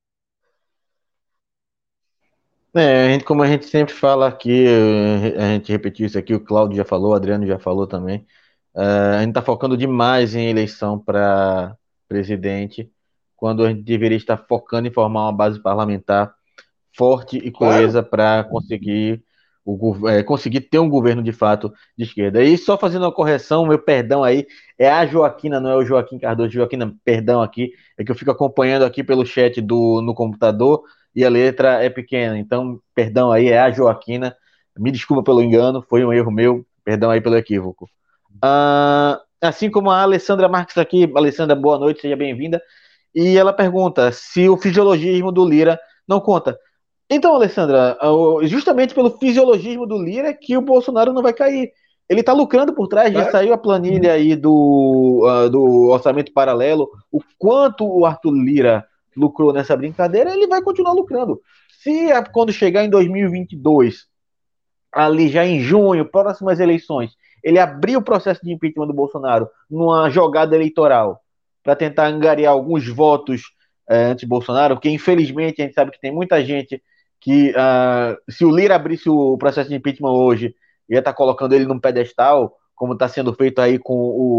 Como a gente sempre fala aqui, a gente repetiu isso aqui, o Cláudio já falou, o Adriano já falou também. A gente está focando demais em eleição para presidente, quando a gente deveria estar focando em formar uma base parlamentar forte e coesa para conseguir ter um governo de fato de esquerda. E só fazendo uma correção, meu perdão aí, é a Joaquina, não é o Joaquim Cardoso. Joaquina, perdão aqui, é que eu fico acompanhando aqui pelo chat no computador e a letra é pequena, então perdão aí, é a Joaquina. Me desculpa pelo engano, foi um erro meu, perdão aí pelo equívoco. Assim como a Alessandra Marques aqui, Alessandra, boa noite, seja bem-vinda. E ela pergunta se o fisiologismo do Lira não conta. Então, Alessandra, justamente pelo fisiologismo do Lira é que o Bolsonaro não vai cair. Ele está lucrando por trás, já saiu a planilha aí do orçamento paralelo, o quanto o Arthur Lira lucrou nessa brincadeira, ele vai continuar lucrando. Se quando chegar em 2022, ali já em junho, próximas eleições, ele abrir o processo de impeachment do Bolsonaro numa jogada eleitoral para tentar angariar alguns votos anti-Bolsonaro, porque infelizmente a gente sabe que tem muita gente que se o Lira abrisse o processo de impeachment hoje, ia estar colocando ele num pedestal, como está sendo feito aí com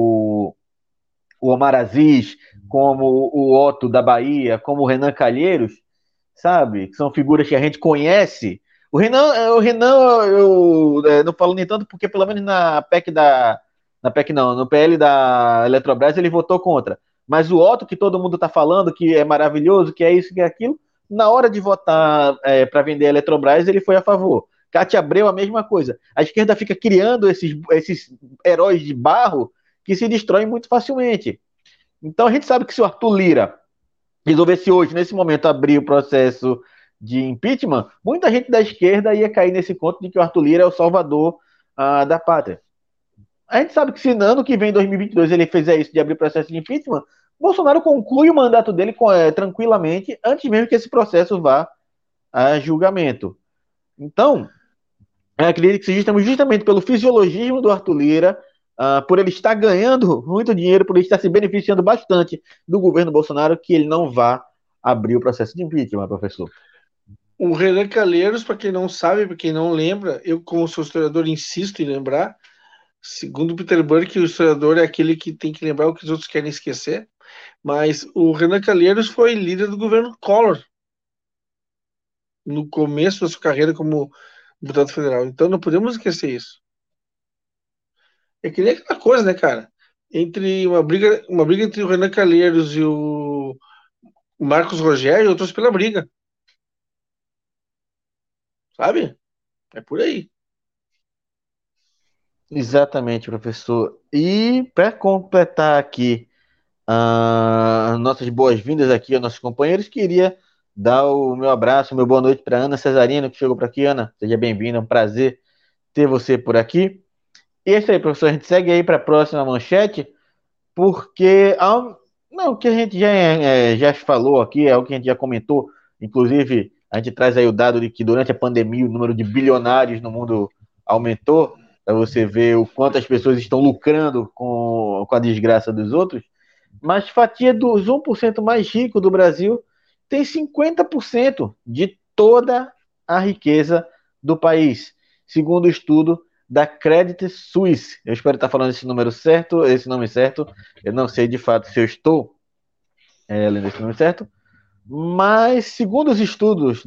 o Omar Aziz, como o Otto da Bahia, como o Renan Calheiros, sabe? Que são figuras que a gente conhece. O Renan eu não falo nem tanto porque pelo menos na PEC na PEC não, no PL da Eletrobras ele votou contra. Mas o Otto, que todo mundo está falando que é maravilhoso, que é isso, que é aquilo, na hora de votar para vender a Eletrobras, ele foi a favor. Cátia Abreu, a mesma coisa. A esquerda fica criando esses heróis de barro que se destroem muito facilmente. Então a gente sabe que se o Arthur Lira resolvesse hoje, nesse momento, abrir o processo de impeachment, muita gente da esquerda ia cair nesse conto de que o Arthur Lira é o salvador da pátria. A gente sabe que se no ano que vem, 2022, ele fizer isso de abrir processo de impeachment, Bolsonaro conclui o mandato dele tranquilamente, antes mesmo que esse processo vá a julgamento. Então, Eu acredito que seja justamente pelo fisiologismo do Arthur Lira, por ele estar ganhando muito dinheiro, por ele estar se beneficiando bastante do governo Bolsonaro, que ele não vá abrir o processo de impeachment, professor. O Renan Calheiros, para quem não sabe, para quem não lembra, eu, como sou historiador, insisto em lembrar. Segundo Peter Burke, o historiador é aquele que tem que lembrar o que os outros querem esquecer. Mas o Renan Calheiros foi líder do governo Collor no começo da sua carreira como deputado federal. Então não podemos esquecer isso. É que nem aquela coisa, né, cara? Entre uma briga entre o Renan Calheiros e o Marcos Rogério, eu trouxe pela briga. Sabe? É por aí. Exatamente, professor. E para completar aqui nossas boas-vindas aqui aos nossos companheiros, queria dar o meu abraço, meu boa noite para Ana Cesarino, que chegou por aqui. Ana, seja bem-vinda, é um prazer ter você por aqui. E é isso aí, professor, a gente segue aí para a próxima manchete, porque não, o que a gente já falou aqui, é o que a gente já comentou, inclusive a gente traz aí o dado de que durante a pandemia o número de bilionários no mundo aumentou, para você ver o quanto as pessoas estão lucrando com a desgraça dos outros, mas fatia dos 1% mais ricos do Brasil tem 50% de toda a riqueza do país, segundo o estudo da Credit Suisse. Eu espero estar falando esse número certo, esse nome certo. Eu não sei de fato se eu estou lendo esse nome certo, mas segundo os estudos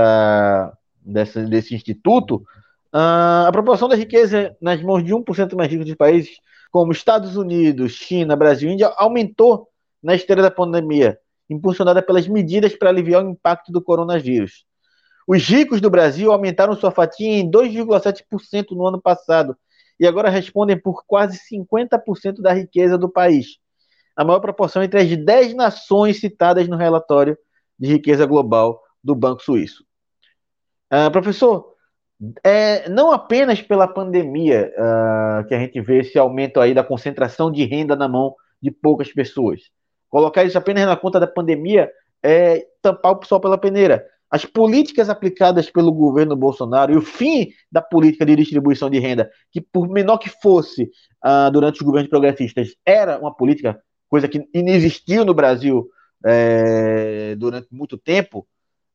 desse instituto, a proporção da riqueza nas mãos de 1% mais ricos dos países, como Estados Unidos, China, Brasil e Índia, aumentou na esteira da pandemia, impulsionada pelas medidas para aliviar o impacto do coronavírus. Os ricos do Brasil aumentaram sua fatia em 2,7% no ano passado e agora respondem por quase 50% da riqueza do país, a maior proporção entre as 10 nações citadas no relatório de riqueza global do Banco Suíço. Professor, não apenas pela pandemia que a gente vê esse aumento aí da concentração de renda na mão de poucas pessoas. Colocar isso apenas na conta da pandemia é tampar o sol pela peneira. As políticas aplicadas pelo governo Bolsonaro e o fim da política de distribuição de renda, que por menor que fosse durante os governos progressistas, era uma política, coisa que inexistiu no Brasil durante muito tempo,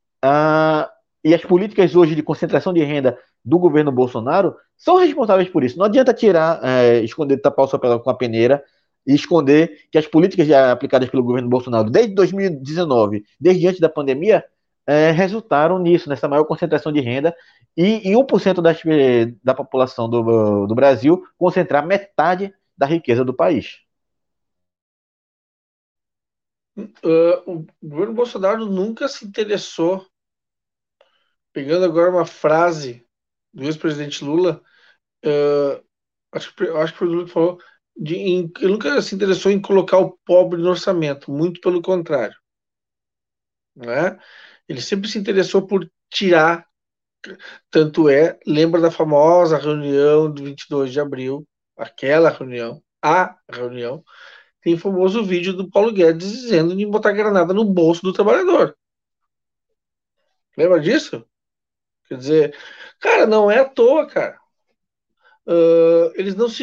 e as políticas hoje de concentração de renda do governo Bolsonaro são responsáveis por isso. Não adianta tirar, esconder, tapar o sol com a peneira e esconder que as políticas já aplicadas pelo governo Bolsonaro desde 2019, desde antes da pandemia, resultaram nisso, nessa maior concentração de renda e em 1% da população do Brasil concentrar metade da riqueza do país. O governo Bolsonaro nunca se interessou, pegando agora uma frase do ex-presidente Lula, acho que foi o Lula que falou, ele nunca se interessou em colocar o pobre no orçamento, muito pelo contrário. Né? Ele sempre se interessou por tirar, tanto lembra da famosa reunião do 22 de abril, aquela reunião, a reunião, tem o famoso vídeo do Paulo Guedes dizendo de botar granada no bolso do trabalhador. Lembra disso? Quer dizer, cara, não é à toa, cara. Eles não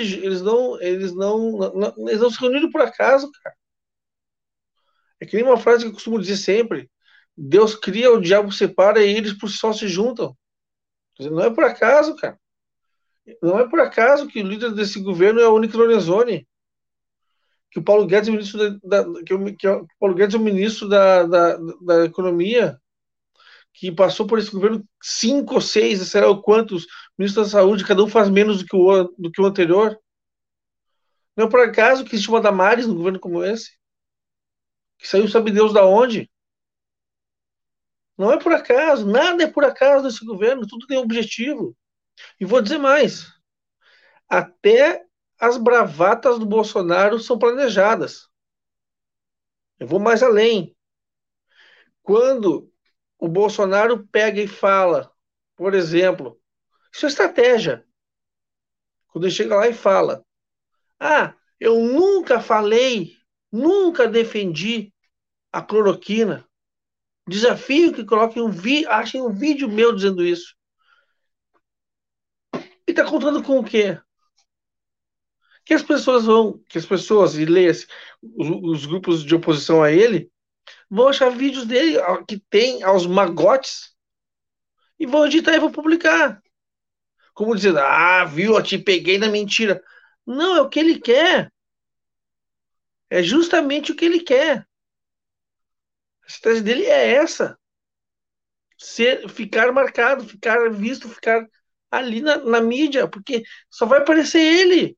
se reuniram por acaso, cara. É que nem uma frase que eu costumo dizer sempre: Deus cria, o diabo separa e eles por si só se juntam. Quer dizer, não é por acaso, cara. Não é por acaso que o líder desse governo é o Onyx Lorenzoni, que o Paulo Guedes é o ministro que o Paulo Guedes é o ministro da Economia, que passou por esse governo 5 ou 6, sei lá quantos ministros da Saúde, cada um faz menos do que o anterior. Não é por acaso que existe uma Damares no governo como esse, que saiu sabe Deus da onde. Não é por acaso, nada é por acaso nesse governo, tudo tem um objetivo. E vou dizer mais, até as bravatas do Bolsonaro são planejadas. Eu vou mais além. Quando o Bolsonaro pega e fala, por exemplo, isso é estratégia. Quando ele chega lá e fala: eu nunca falei, nunca defendi a cloroquina. Desafio que coloquem achem um vídeo meu dizendo isso. E está contando com o quê? Que as pessoas vão, que as pessoas, e leia-se, os grupos de oposição a ele, vão achar vídeos dele que tem aos magotes e vão editar e vão publicar. Como dizendo, viu, eu te peguei na mentira. Não, é o que ele quer. É justamente o que ele quer. A estratégia dele é essa. Ficar marcado, ficar visto, ficar ali na mídia, porque só vai aparecer ele.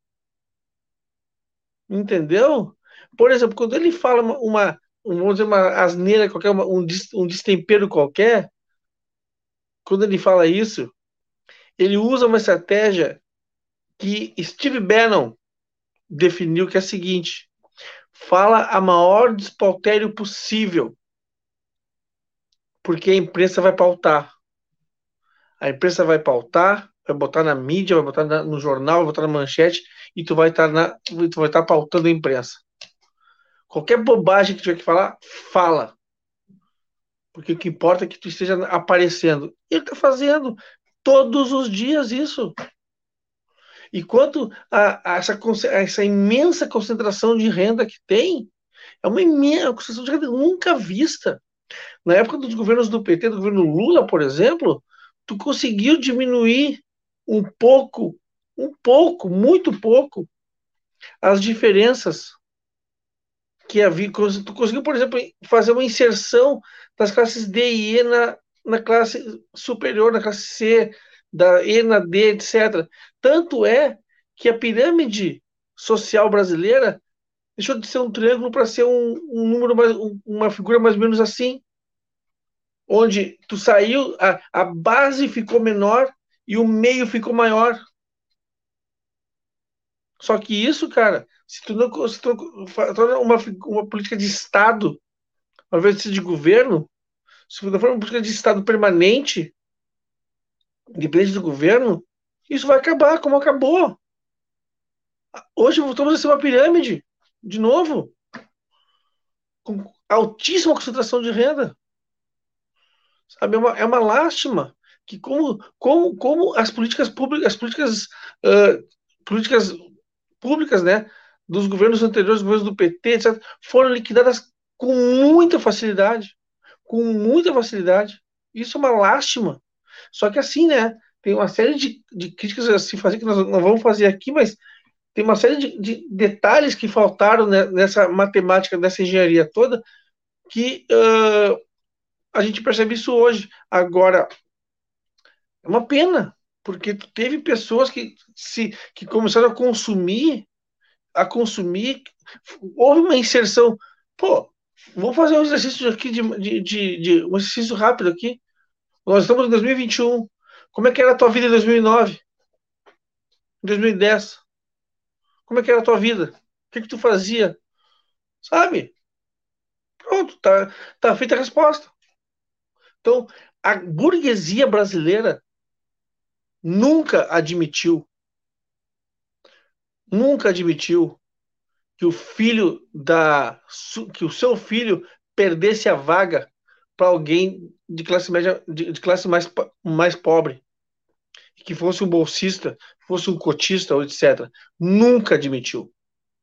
Entendeu? Por exemplo, quando ele fala vamos dizer, uma asneira qualquer, um destempero qualquer, quando ele fala isso, ele usa uma estratégia que Steve Bannon definiu, que é a seguinte: fala a maior despautério possível, porque a imprensa vai pautar. A imprensa vai pautar, vai botar na mídia, vai botar no jornal, vai botar na manchete, e tu vai estar pautando a imprensa. Qualquer bobagem que tiver que falar, fala. Porque o que importa é que tu esteja aparecendo. Ele está fazendo todos os dias isso. E quanto a essa imensa concentração de renda que tem, é uma imensa concentração de renda nunca vista. Na época dos governos do PT, do governo Lula, por exemplo, tu conseguiu diminuir um pouco, muito pouco, as diferenças que havia. Tu conseguiu, por exemplo, fazer uma inserção das classes D e E na classe superior, na classe C, da E na D, etc. Tanto é que a pirâmide social brasileira deixou de ser um triângulo para ser um número mais, uma figura mais ou menos assim, onde tu saiu, a base ficou menor e o meio ficou maior. Só que isso, cara, se tu torna uma política de Estado, ao invés de ser de governo, se não for uma política de Estado permanente, independente do governo, isso vai acabar, como acabou. Hoje voltamos a ser uma pirâmide, de novo, com altíssima concentração de renda. Sabe? É uma lástima que como políticas públicas, né, dos governos anteriores, governos do PT, etc., foram liquidadas com muita facilidade. Com muita facilidade. Isso é uma lástima. Só que assim, né? Tem uma série de críticas a se fazer que nós não vamos fazer aqui, mas tem uma série de detalhes que faltaram, né, nessa matemática, nessa engenharia toda, que a gente percebe isso hoje. Agora, é uma pena, porque teve pessoas que começaram a consumir, houve uma inserção. Pô, vou fazer um exercício aqui um exercício rápido aqui. Nós estamos em 2021. Como é que era a tua vida em 2009? Em 2010? Como é que era a tua vida? O que tu fazia? Sabe? Pronto, tá feita a resposta. Então, a burguesia brasileira nunca admitiu que que o seu filho perdesse a vaga para alguém de classe média, de classe mais pobre, que fosse um bolsista, fosse um cotista, ou etc. Nunca admitiu.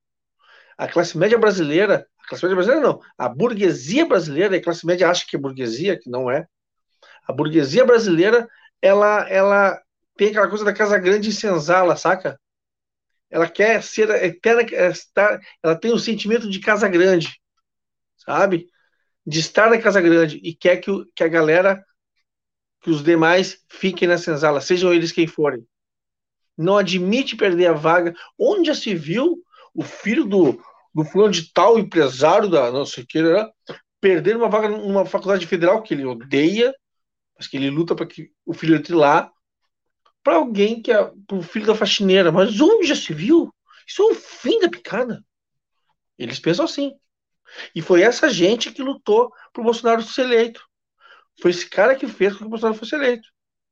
A classe média brasileira não, a burguesia brasileira, e a classe média acha que é burguesia, que não é. A burguesia brasileira, ela tem aquela coisa da Casa Grande e senzala, saca? Ela quer ser eterna, ela tem o sentimento de Casa Grande, sabe? De estar na Casa Grande e quer que a galera, que os demais fiquem na senzala, sejam eles quem forem. Não admite perder a vaga. Onde já se viu o filho do fulano de tal empresário da não sei o que, né, perder uma vaga numa faculdade federal que ele odeia, mas que ele luta para que o filho entre lá, para alguém que é pro filho da faxineira. Mas onde já se viu? Isso é o fim da picada. Eles pensam assim. E foi essa gente que lutou pro Bolsonaro ser eleito. Foi esse cara que fez com que o Bolsonaro fosse eleito.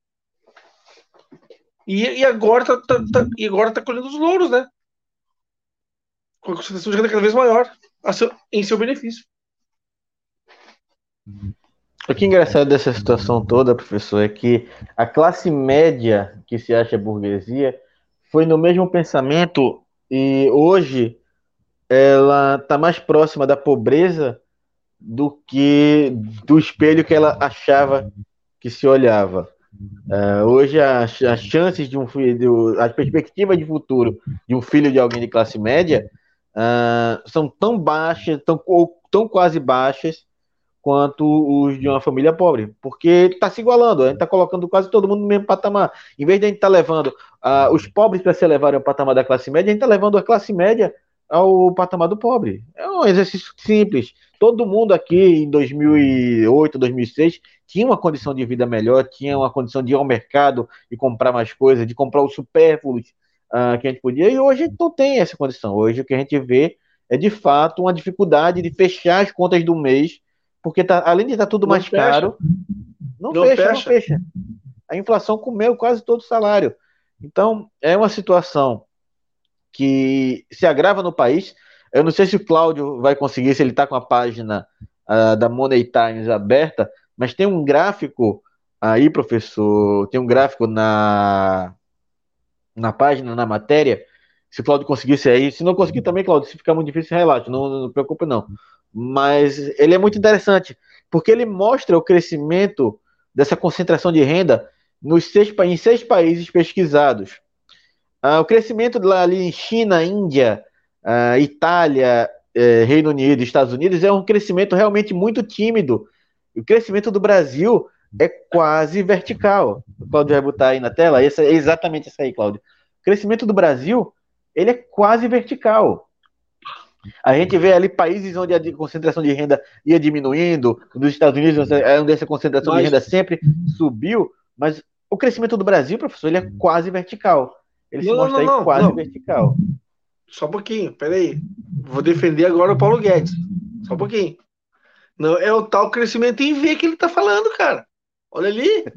E agora tá colhendo os louros, né? Com a concentração de renda cada vez maior em seu benefício. O que é engraçado dessa situação toda, professor, é que a classe média, que se acha burguesia, foi no mesmo pensamento e hoje ela está mais próxima da pobreza do que do espelho que ela achava que se olhava. Hoje as chances de um filho, as perspectivas de futuro de um filho de alguém de classe média são tão baixas, tão quase baixas quanto os de uma família pobre, porque está se igualando, a gente está colocando quase todo mundo no mesmo patamar. Em vez de a gente estar levando os pobres para se levarem ao patamar da classe média, a gente está levando a classe média ao patamar do pobre. É um exercício simples. Todo mundo aqui em 2008, 2006 tinha uma condição de vida melhor, tinha uma condição de ir ao mercado e comprar mais coisas, de comprar os supérfluos que a gente podia, e hoje a gente não tem essa condição. Hoje o que a gente vê é de fato uma dificuldade de fechar as contas do mês porque além de estar tudo Não mais fecha, caro, não não fecha, não fecha. fecha. A inflação comeu quase todo o salário. Então, é uma situação que se agrava no país. Eu não sei se o Cláudio vai conseguir, se ele está com a página da Money Times aberta, mas tem um gráfico aí, professor, tem um gráfico na página, na matéria. Se o Cláudio conseguisse aí, se não conseguir também, Cláudio, se ficar muito difícil, relaxa, não preocupe não. Mas ele é muito interessante, porque ele mostra o crescimento dessa concentração de renda em 6 países pesquisados. O crescimento lá ali em China, Índia, Itália, Reino Unido, Estados Unidos é um crescimento realmente muito tímido. O crescimento do Brasil é quase vertical. O Cláudio vai botar aí na tela, é exatamente isso aí, Cláudio. O crescimento do Brasil, ele é quase vertical. A gente vê ali países onde a concentração de renda ia diminuindo, nos Estados Unidos, onde essa concentração de Mas, renda sempre subiu, mas o crescimento do Brasil, professor, ele é quase vertical. Ele se não, mostra não, aí não, quase não. vertical. Só um pouquinho, peraí. Vou defender agora o Paulo Guedes. Só um pouquinho. Não é o tal crescimento em V que ele tá falando, cara. Olha ali.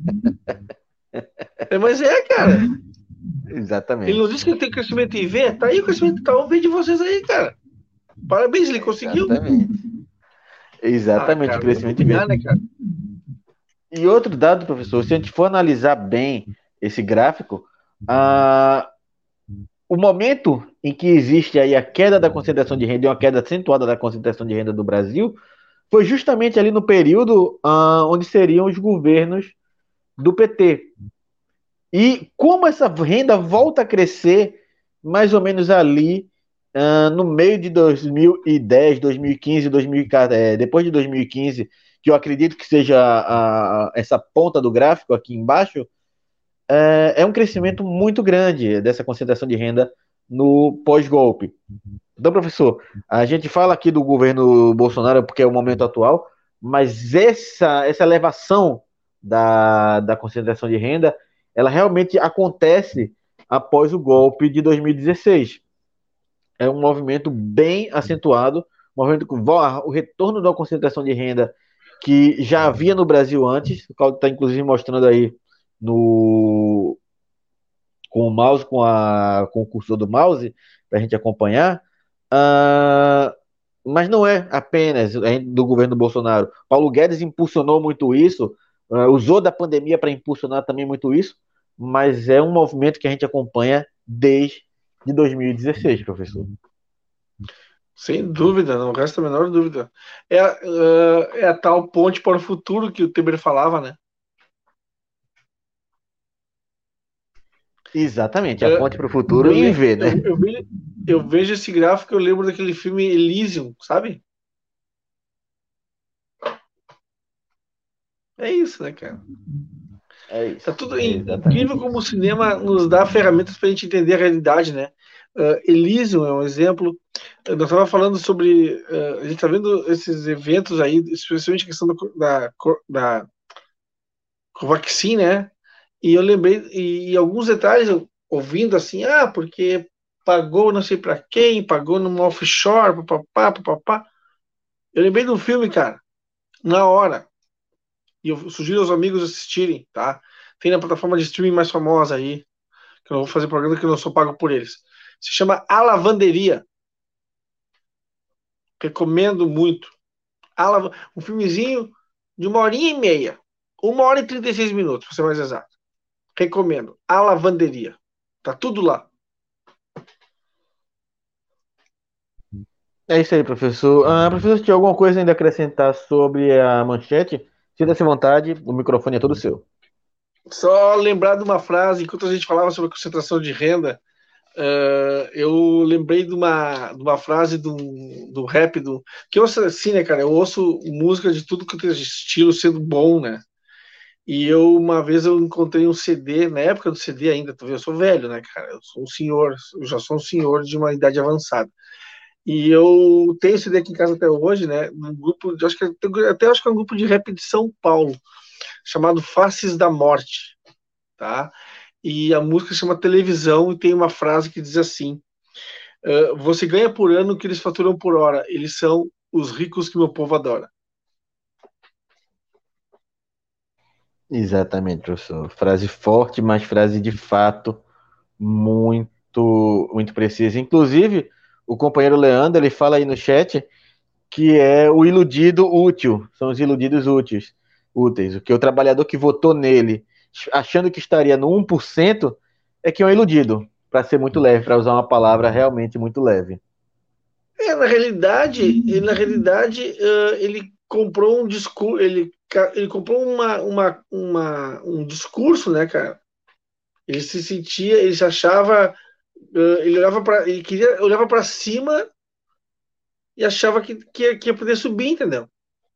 Mas é, cara. Ele não Exatamente. disse que ele tem crescimento em V? Tá aí o crescimento, tá o V de vocês aí, cara. Parabéns, ele conseguiu. Exatamente. Ah, Exatamente, o cara, vou crescimento de combinar, vez. né, cara? E outro dado, professor, se a gente for analisar bem esse gráfico, ah, o momento em que existe aí a queda da concentração de renda e uma queda acentuada da concentração de renda do Brasil foi justamente ali no período onde seriam os governos do PT. E como essa renda volta a crescer mais ou menos ali no meio de 2010, 2015, 2014, depois de 2015, que eu acredito que seja essa ponta do gráfico aqui embaixo, é um crescimento muito grande dessa concentração de renda no pós-golpe. Então, professor, a gente fala aqui do governo Bolsonaro porque é o momento atual, mas essa elevação da concentração de renda, ela realmente acontece após o golpe de 2016. É um movimento bem acentuado, um movimento com o retorno da concentração de renda que já havia no Brasil antes, o Claudio está inclusive mostrando aí no, com o mouse, com o cursor do mouse, para a gente acompanhar. Ah, mas não é apenas do governo Bolsonaro. Paulo Guedes impulsionou muito isso, usou da pandemia para impulsionar também muito isso, mas é um movimento que a gente acompanha desde 2016, professor. Sem dúvida, não resta a menor dúvida. É a tal ponte para o futuro que o Temer falava, né? Exatamente, a É, ponte para o futuro em V, né? eu vejo esse gráfico, eu lembro daquele filme Elysium, sabe? É isso, né, cara? É Tá isso, tudo é incrível exatamente como o isso. cinema nos dá ferramentas para a gente entender a realidade, né? Elysium é um exemplo. Eu estava falando sobre. A gente está vendo esses eventos aí, especialmente a questão da Covaxin, né? E eu lembrei, e alguns detalhes, ouvindo assim, porque pagou não sei para quem, pagou numa offshore, papapá, papapá. Eu lembrei de um filme, cara, na hora. E eu sugiro aos amigos assistirem, tá? Tem na plataforma de streaming mais famosa aí, que eu não vou fazer programa que eu não sou pago por eles. Se chama A Lavanderia. Recomendo muito. Um filmezinho de 1h30, 1h36, para ser mais exato. Recomendo. A Lavanderia. Tá tudo lá. É isso aí, professor. Professor, se tiver alguma coisa ainda a acrescentar sobre a manchete, sinta-se à vontade, o microfone é todo seu. Só lembrar de uma frase, enquanto a gente falava sobre a concentração de renda, eu lembrei de uma frase do rap, que eu ouço assim, né, cara? Eu ouço música de tudo que tem estilo sendo bom, né? E uma vez eu encontrei um CD, na época do CD ainda, eu sou velho, né, cara? Eu sou um senhor, eu já sou um senhor de uma idade avançada. E eu tenho esse CD aqui em casa até hoje, né? Num grupo, acho que é um grupo de rap de São Paulo, chamado Faces da Morte, tá? E a música se chama Televisão e tem uma frase que diz assim: você ganha por ano o que eles faturam por hora. Eles são os ricos que meu povo adora. Exatamente, professor. Frase forte, mas frase de fato muito, muito precisa. Inclusive, o companheiro Leandro, ele fala aí no chat que é o iludido útil, são os iludidos úteis. O que o trabalhador que votou nele, achando que estaria no 1%, é que é um iludido, para ser muito leve, para usar uma palavra realmente muito leve. Na realidade, ele comprou um discurso, ele comprou um discurso, né, cara? Ele se sentia, ele se achava, ele queria, olhava para cima e achava que ia poder subir, entendeu?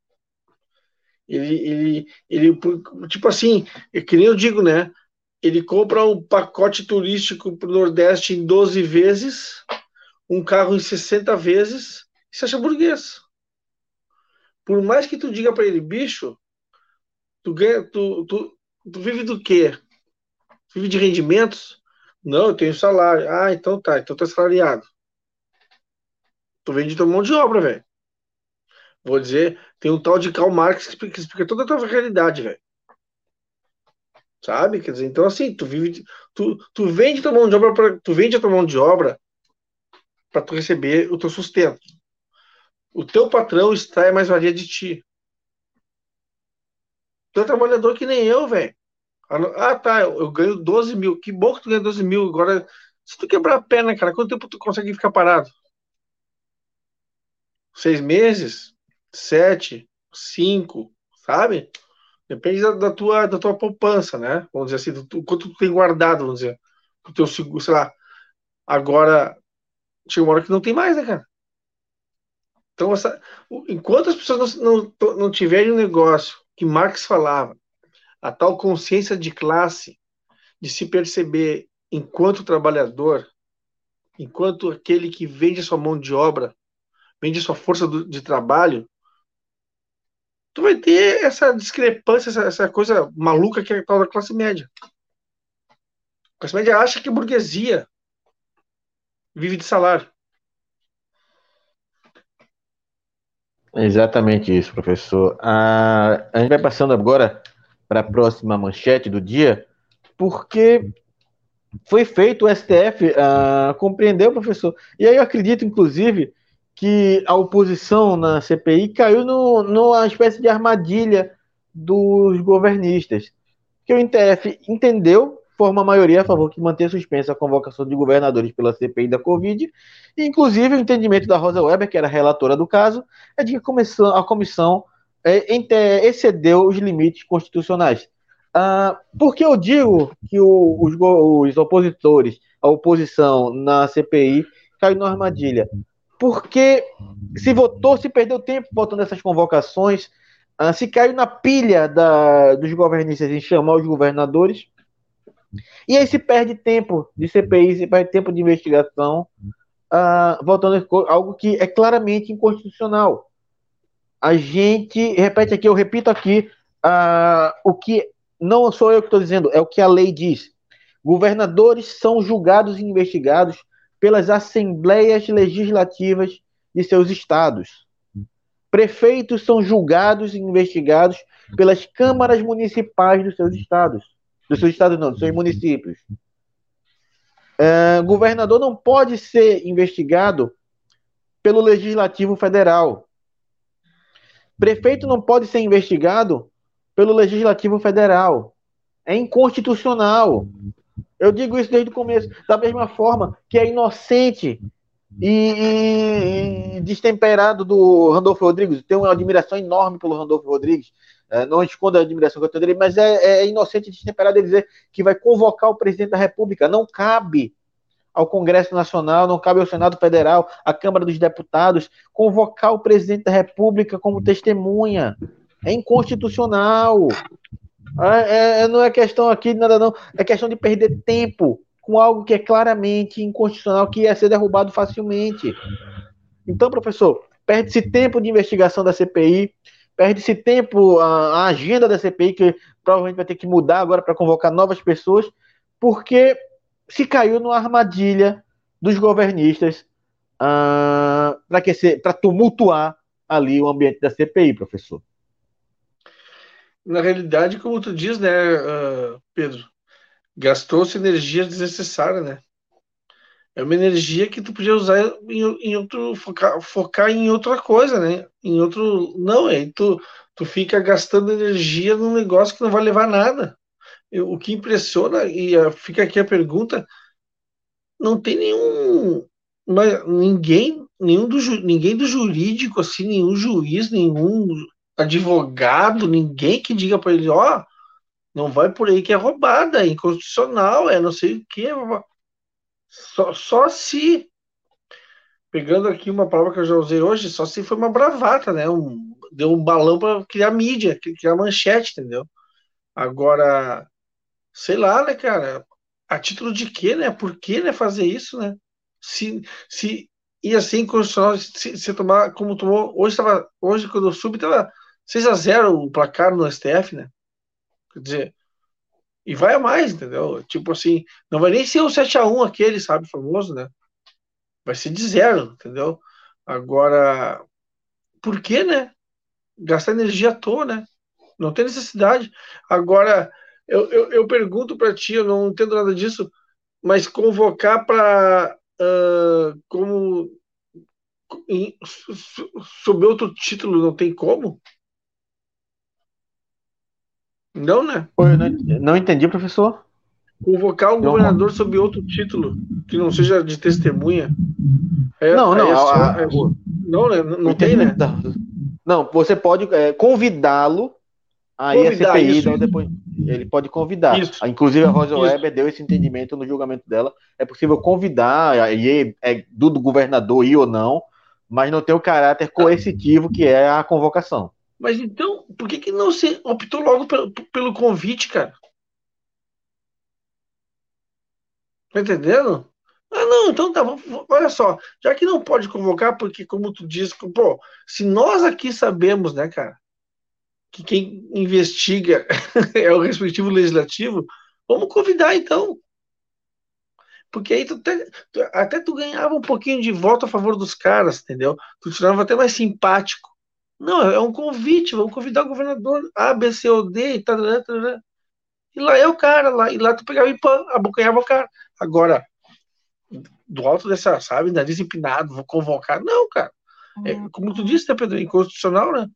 Tipo assim, que nem eu digo, né? Ele compra um pacote turístico para o Nordeste em 12 vezes, um carro em 60 vezes, e se acha burguês. Por mais que tu diga para ele, bicho, tu ganha, tu vive do quê? Tu vive de rendimentos? Não, eu tenho salário. Ah, então tá, então tu é salariado. Tu vende tua mão de obra, velho. Vou dizer, tem um tal de Karl Marx que explica toda a tua realidade, velho. Sabe? Quer dizer, então assim, tu vende tua mão de obra tu vende a tua mão de obra para tu receber o teu sustento. O teu patrão extrai mais valia de ti. Tu é trabalhador que nem eu, velho. Ah, tá, eu ganho 12 mil. Que bom que tu ganha 12 mil. Agora, se tu quebrar a perna, cara, quanto tempo tu consegue ficar parado? 6 meses? 7? 5? Sabe? Depende da tua poupança, né? Vamos dizer assim, quanto tu tem guardado, vamos dizer. O teu seguro, sei lá. Agora, chega uma hora que não tem mais, né, cara? Então, enquanto as pessoas não tiverem um negócio que Marx falava, a tal consciência de classe, de se perceber enquanto trabalhador, enquanto aquele que vende a sua mão de obra, vende a sua força de trabalho, tu vai ter essa discrepância, essa coisa maluca que é a tal da classe média. A classe média acha que a burguesia vive de salário. É exatamente isso, professor. A gente vai passando agora para a próxima manchete do dia, porque foi feito o STF, compreendeu, professor? E aí eu acredito, inclusive, que a oposição na CPI caiu numa espécie de armadilha dos governistas. Que o STF entendeu, forma a maioria a favor que manter suspensa a convocação de governadores pela CPI da Covid, e inclusive o entendimento da Rosa Weber, que era relatora do caso, é de que a comissão excedeu os limites constitucionais. Por que eu digo que os opositores, a oposição na CPI, caiu na armadilha? Porque se perdeu tempo votando essas convocações, se caiu na pilha dos governistas em chamar os governadores, e aí se perde tempo de CPI, se perde tempo de investigação, voltando a algo que é claramente inconstitucional. A gente, eu repito aqui, o que não sou eu que estou dizendo, é o que a lei diz. Governadores são julgados e investigados pelas assembleias legislativas de seus estados. Prefeitos são julgados e investigados pelas câmaras municipais dos seus estados. Dos seus estados não, dos seus municípios. Governador não pode ser investigado pelo Legislativo Federal. Prefeito não pode ser investigado pelo Legislativo Federal. É inconstitucional. Eu digo isso desde o começo. Da mesma forma que é inocente e destemperado do Randolfo Rodrigues. Tenho uma admiração enorme pelo Randolfo Rodrigues. Não escondo a admiração que eu tenho dele, mas é inocente e destemperado ele dizer que vai convocar o presidente da República. Não cabe ao Congresso Nacional, não cabe ao Senado Federal, à Câmara dos Deputados, convocar o presidente da República como testemunha. É inconstitucional. Não é questão aqui de nada, não. É questão de perder tempo com algo que é claramente inconstitucional, que ia ser derrubado facilmente. Então, professor, perde-se tempo de investigação da CPI, perde-se tempo a agenda da CPI, que provavelmente vai ter que mudar agora para convocar novas pessoas, porque se caiu numa armadilha dos governistas para tumultuar ali o ambiente da CPI, professor. Na realidade, como tu diz, né, Pedro, gastou-se energia desnecessária, né? É uma energia que tu podia usar em outro, focar em outra coisa, né? Em outro, não, tu fica gastando energia num negócio que não vai levar a nada. O que impressiona, e fica aqui a pergunta, não tem ninguém do jurídico, assim, nenhum juiz, nenhum advogado, ninguém que diga para ele, ó, não vai por aí que é roubada, é inconstitucional, é não sei o quê. Só se, pegando aqui uma palavra que eu já usei hoje, só se foi uma bravata, né? Deu um balão para criar mídia, criar manchete, entendeu? Agora, sei lá, né, cara? A título de quê, né? Por que, né, fazer isso, né? Se ia ser inconstitucional se tomar como tomou. Hoje quando eu subi, tava 6-0 o placar no STF, né? Quer dizer, e vai a mais, entendeu? Tipo assim, não vai nem ser o 7-1 aquele, sabe, famoso, né? Vai ser de 0, entendeu? Agora, por que, né? Gastar energia à toa, né? Não tem necessidade. Agora, eu pergunto para ti, eu não entendo nada disso, mas convocar para como sob outro título não tem como? Não, né? Eu não entendi, professor. Convocar o governador sob outro título, que não seja de testemunha. Não, não. Não, né? Não tem, né? Não, você pode convidá-lo a ir à CPI, então depois ele pode convidar. Isso. Inclusive a Rosa Weber deu esse entendimento no julgamento dela. É possível convidar, e do governador ir ou não, mas não tem o caráter coercitivo que é a convocação. Mas então, por que não se optou logo pelo convite, cara? Tá entendendo? Ah, não, então tá, olha só, já que não pode convocar, porque como tu diz, pô, se nós aqui sabemos, né, cara, que quem investiga é o respectivo legislativo, vamos convidar então. Porque aí até tu ganhava um pouquinho de voto a favor dos caras, entendeu? Tu tirava até mais simpático. Não, é um convite, vamos convidar o governador A, B, C ou D, e tal, e lá é o cara, e lá tu pegava e pã, abocanhava o cara. Agora, do alto dessa, sabe, nariz empinado, vou convocar. Não, cara. Como tu disse, né, Pedro? É inconstitucional, né?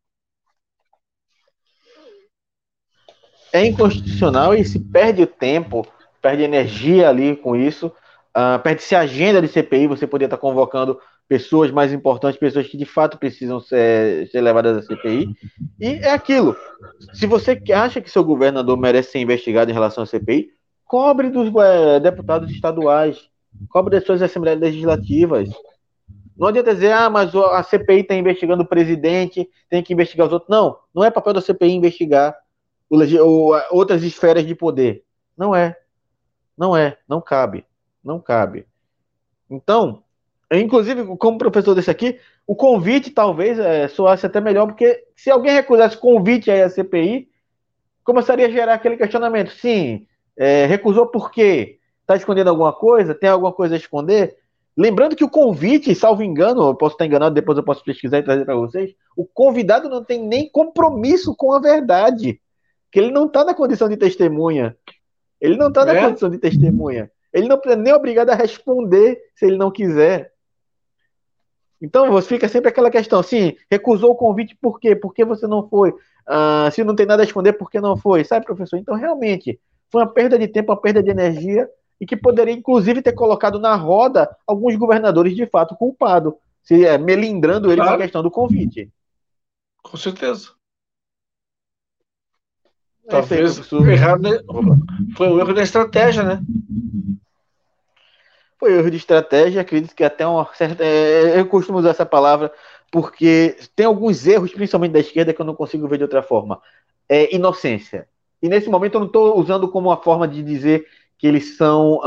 É inconstitucional e se perde o tempo, perde energia ali com isso, perde-se a agenda de CPI, você poderia estar convocando pessoas mais importantes, pessoas que de fato precisam ser levadas à CPI, e é aquilo, se você acha que seu governador merece ser investigado em relação à CPI, cobre dos deputados estaduais, cobre das suas assembleias legislativas. Não adianta dizer, mas a CPI está investigando o presidente, tem que investigar os outros. Não, não é papel da CPI investigar outras esferas de poder. Não é. Não cabe. Não cabe. Então, inclusive, como professor desse aqui, o convite talvez soasse até melhor, porque se alguém recusasse convite aí à CPI, começaria a gerar aquele questionamento. Sim, recusou por quê? Está escondendo alguma coisa? Tem alguma coisa a esconder? Lembrando que o convite, salvo engano, eu posso estar enganado, depois eu posso pesquisar e trazer para vocês, o convidado não tem nem compromisso com a verdade, que ele não está na condição de testemunha. Ele não está na condição de testemunha. Ele não é nem obrigado a responder se ele não quiser. Então você fica sempre aquela questão, assim, recusou o convite por quê? Por que você não foi? Se não tem nada a esconder, por que não foi? Sabe, professor? Então realmente foi uma perda de tempo, uma perda de energia e que poderia inclusive ter colocado na roda alguns governadores de fato culpados, melindrando eles na Claro, questão do convite. com certeza. É isso aí, Talvez professor. errado, né? Opa. Foi um erro da estratégia, né? Foi erro de estratégia, acredito que até uma certa. Eu costumo usar essa palavra porque tem alguns erros, principalmente da esquerda, que eu não consigo ver de outra forma. Inocência. E nesse momento eu não estou usando como uma forma de dizer que eles são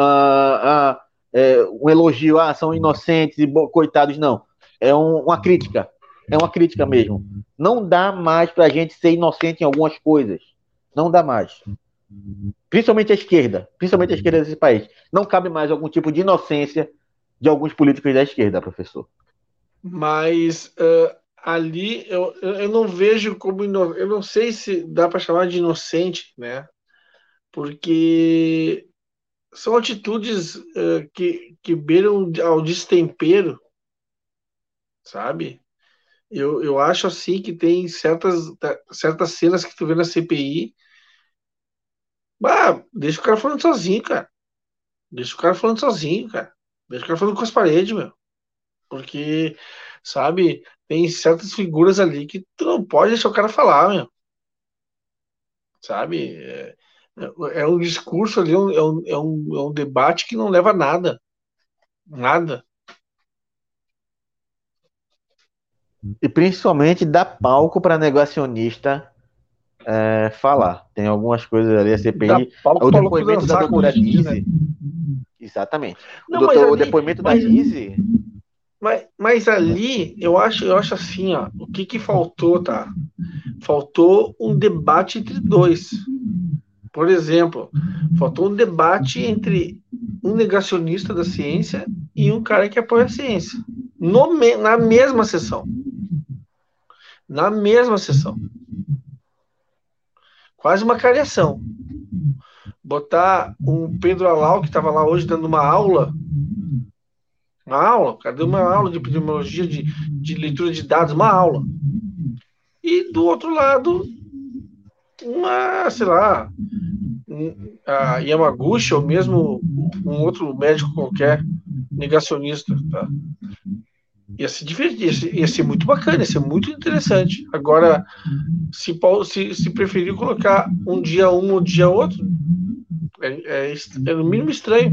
um elogio, são inocentes e coitados, não. Uma crítica. É uma crítica mesmo. Não dá mais para a gente ser inocente em algumas coisas. Não dá mais. Principalmente a esquerda desse país. Não cabe mais algum tipo de inocência de alguns políticos da esquerda, professor. Mas ali eu não vejo como. Eu não sei se dá para chamar de inocente, né? Porque são atitudes que beiram ao destempero, sabe? Eu acho assim que tem certas cenas que tu vê na CPI. Deixa o cara falando sozinho, cara. Deixa o cara falando sozinho, cara. Deixa o cara falando com as paredes, meu. Porque, sabe, tem certas figuras ali que tu não pode deixar o cara falar, meu. Sabe? É um discurso ali, é um debate que não leva a nada. Nada. E principalmente dá palco para negacionista falar. Tem algumas coisas ali, a Dá CPI. palco O pra louco depoimento da dançar, como doutora a gente diz, né? Nise, exatamente. Não, mas O ali, depoimento da Nise, mas ali eu acho assim, ó, o que que faltou, tá? Faltou um debate entre dois. Por exemplo, faltou um debate entre um negacionista da ciência e um cara que apoia a ciência. Na mesma sessão. Na mesma sessão. Quase uma cariação. Botar um Pedro Alau, que estava lá hoje dando uma aula, cadê uma aula de epidemiologia, de leitura de dados, uma aula. E do outro lado, sei lá, a Yamaguchi, ou mesmo um outro médico qualquer, negacionista, tá? Ia ser divertido, ia ser muito bacana, ia ser muito interessante. Agora, se preferir colocar um dia um dia outro, é no mínimo estranho.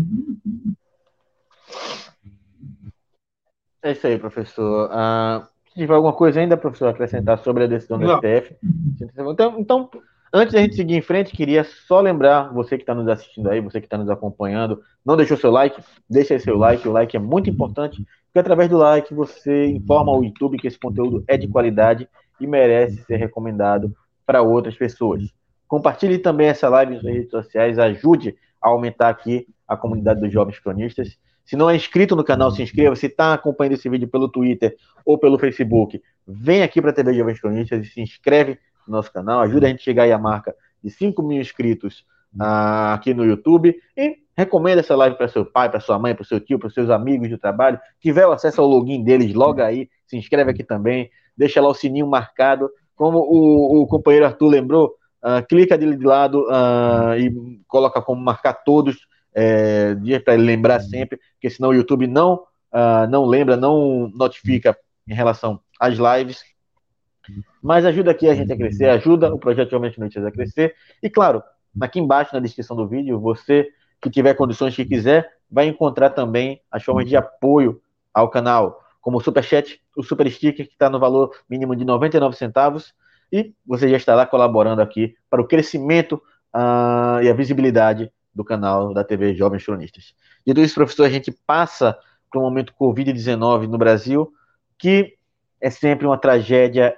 é isso aí, professor. Se tiver alguma coisa ainda, professor, a acrescentar sobre a decisão do Não. STF. Então, antes da gente seguir em frente, queria só lembrar você que está nos assistindo aí, você que está nos acompanhando, não deixou seu like, deixa aí seu like. O like é muito importante, porque através do like você informa ao YouTube que esse conteúdo é de qualidade e merece ser recomendado para outras pessoas. Compartilhe também essa live nas redes sociais, ajude a aumentar aqui a comunidade dos jovens cronistas. Se não é inscrito no canal, se inscreva. Se está acompanhando esse vídeo pelo Twitter ou pelo Facebook, vem aqui para a TV Jovens Cronistas e se inscreve no nosso canal. Ajuda a gente a chegar aí à marca de 5 mil inscritos aqui no YouTube. E recomenda essa live para seu pai, para sua mãe, para o seu tio, para os seus amigos do trabalho. Tiver o acesso ao login deles, loga aí, se inscreve aqui também. Deixa lá o sininho marcado. Como o companheiro Arthur lembrou, clica dele de lado e coloca como marcar todos dias para ele lembrar sempre, porque senão o YouTube não lembra, não notifica em relação às lives. Mas ajuda aqui a gente a crescer, ajuda o Projeto Jovens Notícias a crescer. E claro, aqui embaixo na descrição do vídeo, você que tiver condições que quiser, vai encontrar também as formas de apoio ao canal, como o Superchat, o Super Sticker, que está no valor mínimo de 99 centavos, e você já estará colaborando aqui para o crescimento e a visibilidade do canal da TV Jovens Cronistas. Dito isso, professor, a gente passa para o momento Covid-19 no Brasil, que é sempre uma tragédia,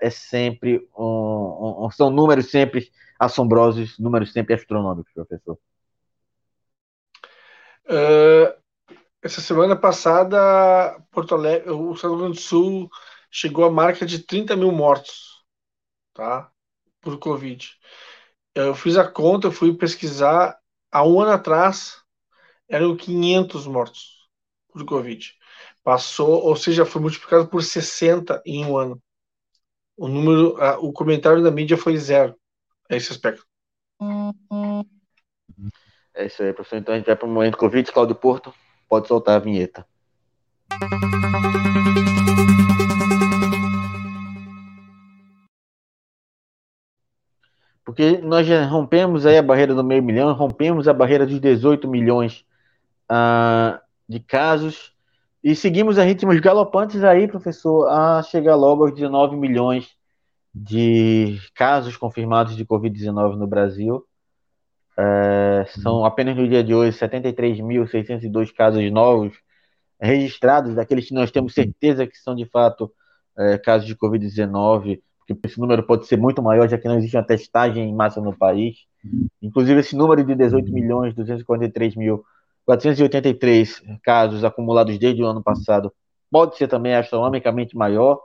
são números sempre assombrosos, números sempre astronômicos, professor. Essa semana passada, Porto Alegre, o Rio Grande do Sul chegou à marca de 30 mil mortos, tá? Por Covid. Eu fiz a conta, eu fui pesquisar, há um ano atrás eram 500 mortos por Covid. Passou, ou seja, foi multiplicado por 60 em um ano. O comentário da mídia foi zero a esse aspecto. É isso aí, professor. Então a gente vai para o momento Covid. Cláudio Porto, pode soltar a vinheta. Porque nós já rompemos aí a barreira do 500 mil, rompemos a barreira dos 18 milhões de casos e seguimos a ritmos galopantes aí, professor, a chegar logo aos 19 milhões de casos confirmados de Covid-19 no Brasil. São apenas no dia de hoje 73.602 casos novos registrados, daqueles que nós temos certeza que são de fato casos de Covid-19, porque esse número pode ser muito maior, já que não existe uma testagem em massa no país. Inclusive, esse número de 18.243.483 casos acumulados desde o ano passado pode ser também astronomicamente maior.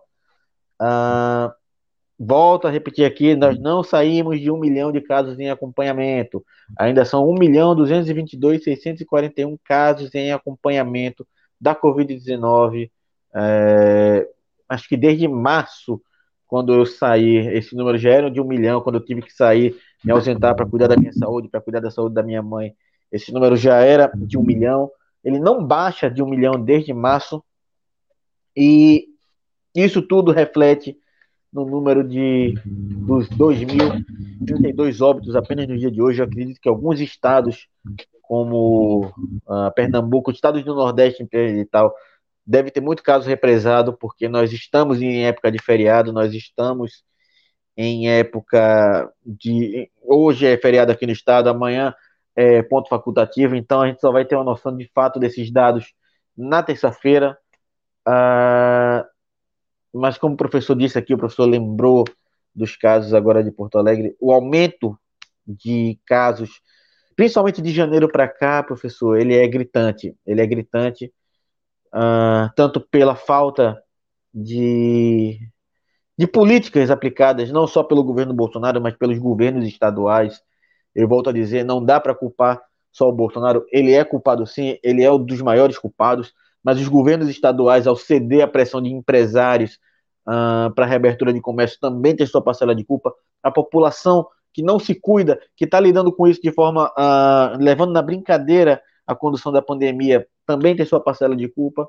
Volto a repetir aqui, nós não saímos de 1 milhão de casos em acompanhamento. Ainda são 1.222.641 casos em acompanhamento da Covid-19. Acho que desde março, quando eu saí, esse número já era de 1 milhão, quando eu tive que sair, me ausentar para cuidar da minha saúde, para cuidar da saúde da minha mãe. Esse número já era de 1 milhão. Ele não baixa de 1 milhão desde março. E isso tudo reflete no número dos 2.032 óbitos apenas no dia de hoje. Eu acredito que alguns estados, como Pernambuco, estados do Nordeste e tal, deve ter muito caso represado, porque nós estamos em época de feriado, nós estamos em época de... Hoje é feriado aqui no estado, amanhã é ponto facultativo, então a gente só vai ter uma noção de fato desses dados na terça-feira. Mas como o professor disse aqui, o professor lembrou dos casos agora de Porto Alegre, o aumento de casos, principalmente de janeiro para cá, professor, ele é gritante. Ele é gritante, tanto pela falta de, de políticas aplicadas, não só pelo governo Bolsonaro, mas pelos governos estaduais. Eu volto a dizer, não dá para culpar só o Bolsonaro. Ele é culpado sim, ele é um dos maiores culpados, mas os governos estaduais, ao ceder à pressão de empresários para a reabertura de comércio, também tem sua parcela de culpa. A população que não se cuida, que está lidando com isso de forma, levando na brincadeira a condução da pandemia, também tem sua parcela de culpa.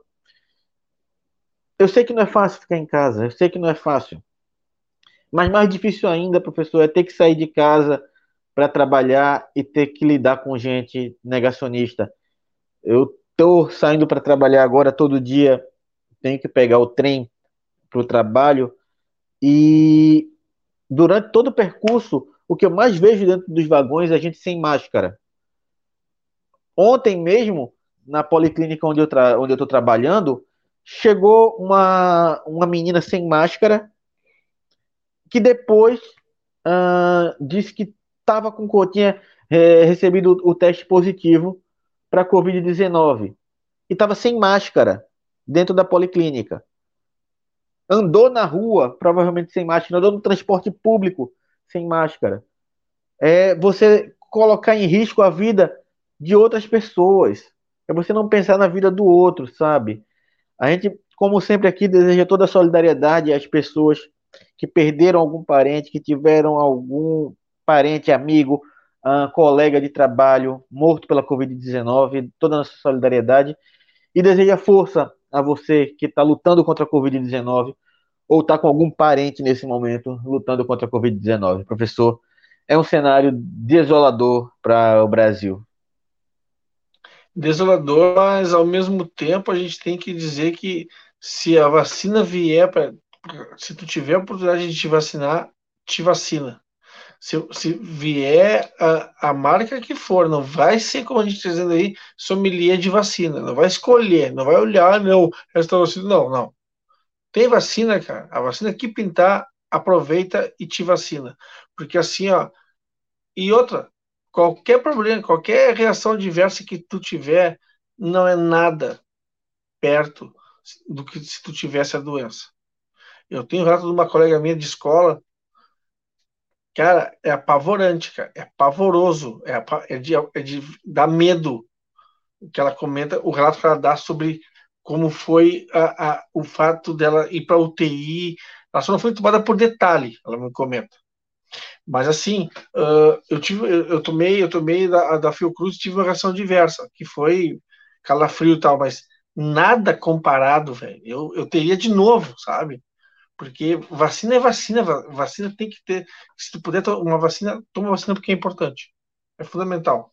Eu sei que não é fácil ficar em casa, eu sei que não é fácil. Mas mais difícil ainda, professor, é ter que sair de casa para trabalhar e ter que lidar com gente negacionista. Eu estou saindo para trabalhar agora todo dia, tenho que pegar o trem para o trabalho e durante todo o percurso, o que eu mais vejo dentro dos vagões é a gente sem máscara. Ontem mesmo, na policlínica onde eu estou trabalhando, chegou uma menina sem máscara que depois disse que estava tinha recebido o teste positivo para Covid-19 e estava sem máscara dentro da policlínica. Andou na rua, provavelmente sem máscara, andou no transporte público sem máscara. É você colocar em risco a vida de outras pessoas. É você não pensar na vida do outro, sabe? A gente, como sempre aqui, deseja toda a solidariedade às pessoas que perderam algum parente, que tiveram algum parente, amigo, colega de trabalho morto pela Covid-19, toda a nossa solidariedade. E deseja força a você que está lutando contra a Covid-19 ou está com algum parente nesse momento lutando contra a Covid-19. Professor, é um cenário desolador para o Brasil. Desolador, mas ao mesmo tempo a gente tem que dizer que se a vacina vier se tu tiver a oportunidade de te vacinar, te vacina. Se vier a marca que for, não vai ser como a gente está dizendo aí, sommelier de vacina, não vai escolher, não vai olhar, não, esta vacina, não. Tem vacina, cara, a vacina que pintar, aproveita e te vacina. Porque assim, ó, e outra, qualquer problema, qualquer reação adversa que tu tiver, não é nada perto do que se tu tivesse a doença. Eu tenho relato de uma colega minha de escola, cara, é apavorante, cara, é pavoroso, é de dar medo o que ela comenta, o relato que ela dá sobre como foi o fato dela ir para UTI. Ela só não foi entubada por detalhe, ela me comenta. Mas assim, eu tomei da Fiocruz e tive uma reação diversa, que foi calafrio e tal, mas nada comparado, velho. Eu teria de novo, sabe? Porque vacina é vacina, vacina tem que ter. Se tu puder tomar uma vacina, toma vacina porque é importante. É fundamental.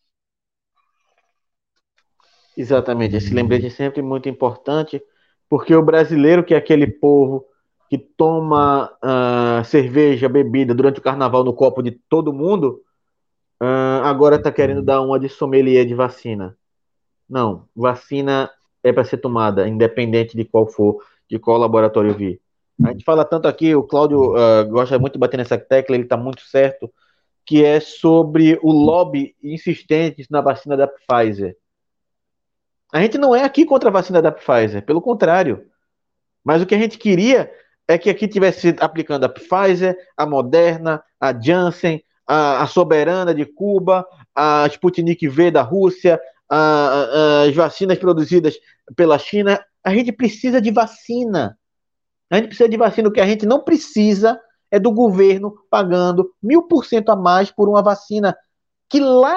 Exatamente, esse lembrete é sempre muito importante, porque o brasileiro, que é aquele povo que toma cerveja, bebida durante o carnaval no copo de todo mundo, agora está querendo dar uma de sommelier de vacina. Não, vacina é para ser tomada, independente de qual for, de qual laboratório vir. A gente fala tanto aqui, o Cláudio gosta muito de bater nessa tecla, ele está muito certo, que é sobre o lobby insistente na vacina da Pfizer. A gente não é aqui contra a vacina da Pfizer, pelo contrário. Mas o que a gente queria é que aqui tivesse aplicando a Pfizer, a Moderna, a Janssen, a Soberana de Cuba, a Sputnik V da Rússia, as vacinas produzidas pela China. A gente precisa de vacina. A gente precisa de vacina. O que a gente não precisa é do governo pagando 1000% a mais por uma vacina que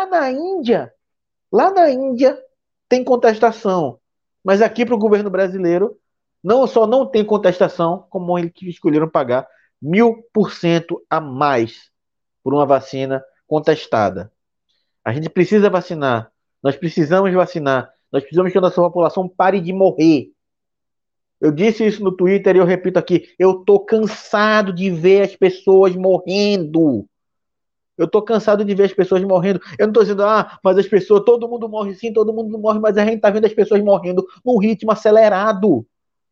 lá na Índia tem contestação. Mas aqui para o governo brasileiro, não só não tem contestação, como eles escolheram pagar 1000% a mais por uma vacina contestada. A gente precisa vacinar. Nós precisamos vacinar. Nós precisamos que a nossa população pare de morrer. Eu disse isso no Twitter e eu repito aqui. Eu tô cansado de ver as pessoas morrendo. Eu tô cansado de ver as pessoas morrendo. Eu não tô dizendo, mas as pessoas, todo mundo morre sim, todo mundo morre, mas a gente tá vendo as pessoas morrendo num ritmo acelerado.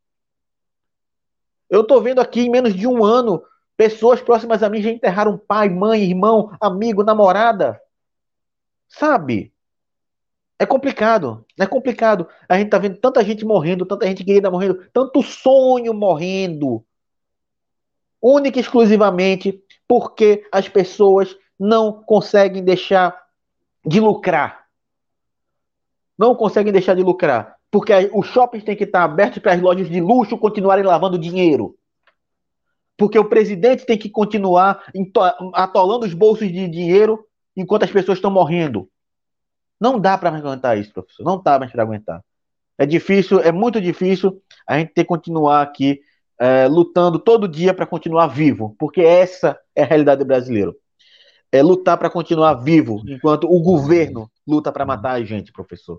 Eu tô vendo aqui em menos de um ano, pessoas próximas a mim já enterraram pai, mãe, irmão, amigo, namorada. Sabe? É complicado, é complicado. A gente tá vendo tanta gente morrendo, tanta gente querida morrendo, tanto sonho morrendo, única e exclusivamente porque as pessoas não conseguem deixar de lucrar. Não conseguem deixar de lucrar. Porque os shoppings têm que estar abertos para as lojas de luxo continuarem lavando dinheiro. Porque o presidente tem que continuar atolando os bolsos de dinheiro enquanto as pessoas estão morrendo. Não dá para aguentar isso, professor. Não dá mais para aguentar. É difícil, é muito difícil a gente ter que continuar aqui lutando todo dia para continuar vivo. Porque essa é a realidade do brasileiro. É lutar para continuar vivo, enquanto o governo luta para matar a gente, professor.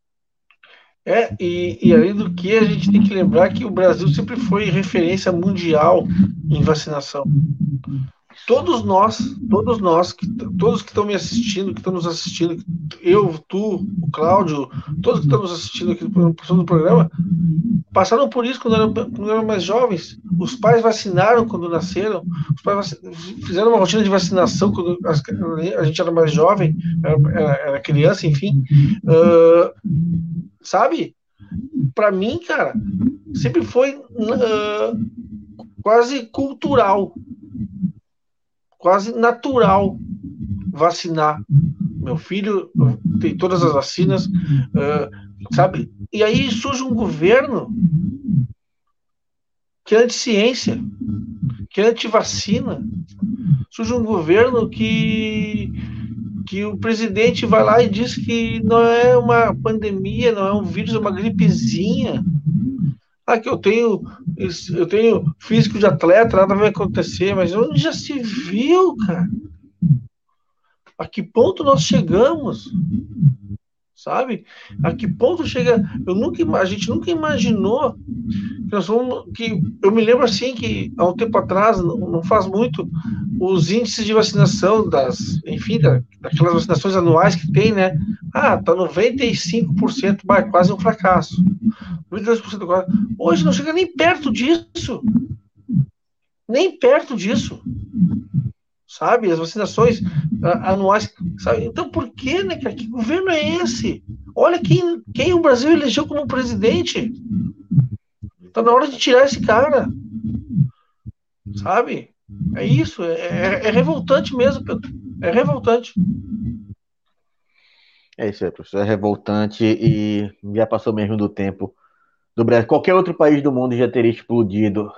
E além do que, a gente tem que lembrar que o Brasil sempre foi referência mundial em vacinação. Todos nós, todos que estão me assistindo, que estão nos assistindo, eu, tu, o Cláudio, todos que estão nos assistindo aqui no programa, passaram por isso quando eram mais jovens. Os pais vacinaram quando nasceram, os pais fizeram uma rotina de vacinação quando a gente era mais jovem, era criança, enfim. Sabe? Para mim, cara, sempre foi quase cultural, quase natural vacinar. Meu filho tem todas as vacinas, sabe? E aí surge um governo que é anti-ciência, que é anti-vacina. Surge um governo que o presidente vai lá e diz que não é uma pandemia, não é um vírus, é uma gripezinha. Que eu tenho físico de atleta, nada vai acontecer, mas onde já se viu, cara? A que ponto nós chegamos? Sabe? A que ponto chega? A gente nunca imaginou que eu me lembro assim que há um tempo atrás, não faz muito, os índices de vacinação daquelas vacinações anuais que tem, né? Tá 95%, quase um fracasso. 92% agora. Hoje não chega nem perto disso. Nem perto disso. Sabe? As vacinações anuais. Sabe? Então, por que, né, cara? Que governo é esse? Olha quem o Brasil elegeu como presidente. Tá na hora de tirar esse cara. Sabe? É isso. É revoltante mesmo, Pedro. É revoltante. É isso aí, professor. É revoltante e já passou mesmo do tempo do Brasil. Qualquer outro país do mundo já teria explodido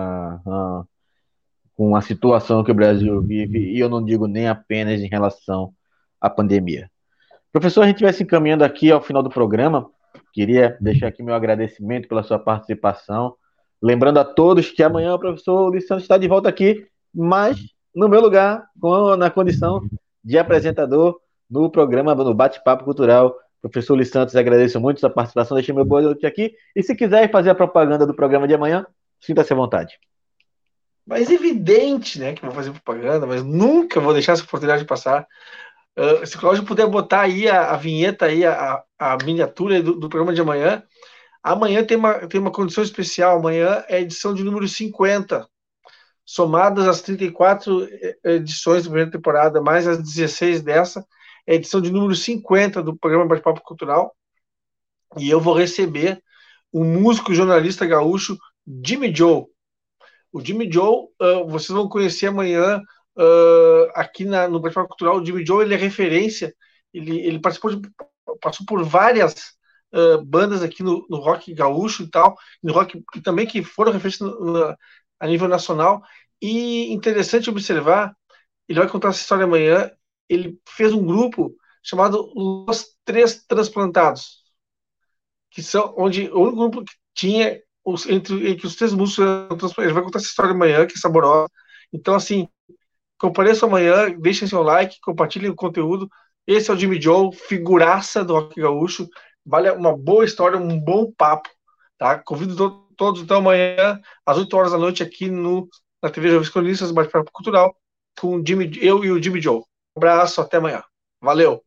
com a situação que o Brasil vive, e eu não digo nem apenas em relação à pandemia. Professor, a gente vai se encaminhando aqui ao final do programa. Queria deixar aqui meu agradecimento pela sua participação. Lembrando a todos que amanhã o professor Luiz Santos está de volta aqui, mas no meu lugar, na condição de apresentador no programa, no Bate-Papo Cultural. Professor Luiz Santos, agradeço muito sua participação. Deixei meu boa noite aqui. E se quiser fazer a propaganda do programa de amanhã, sinta-se à vontade. Mas evidente, né, que vou fazer propaganda, mas nunca vou deixar essa oportunidade de passar. Se o Cláudio puder botar aí a vinheta, aí, a miniatura do programa de amanhã. Amanhã tem uma condição especial. Amanhã é a edição de número 50. Somadas as 34 edições da primeira temporada, mais as 16 dessa, é a edição de número 50 do programa Bate-Papo Cultural. E eu vou receber o músico jornalista gaúcho Jimmy Joe. O Jimmy Joe, vocês vão conhecer amanhã aqui no Bate-Papo Cultural. O Jimmy Joe, ele é referência, ele passou por várias bandas aqui no rock gaúcho e tal, no rock e também que foram referência a nível nacional. E interessante observar, ele vai contar essa história amanhã. Ele fez um grupo chamado Os Três Transplantados, que são onde o único grupo que tinha entre os três músicos. Ele vai contar essa história amanhã, que é saborosa. Então, assim, compareçam amanhã, deixem seu like, compartilhem o conteúdo. Esse é o Jimmy Joe, figuraça do rock gaúcho. Vale uma boa história, um bom papo, tá? Convido todos, então, amanhã, às 8 horas da noite, aqui na TV Jovens Cronistas, Bate-Papo Cultural, com eu e o Jimmy Joe. Um abraço, até amanhã. Valeu!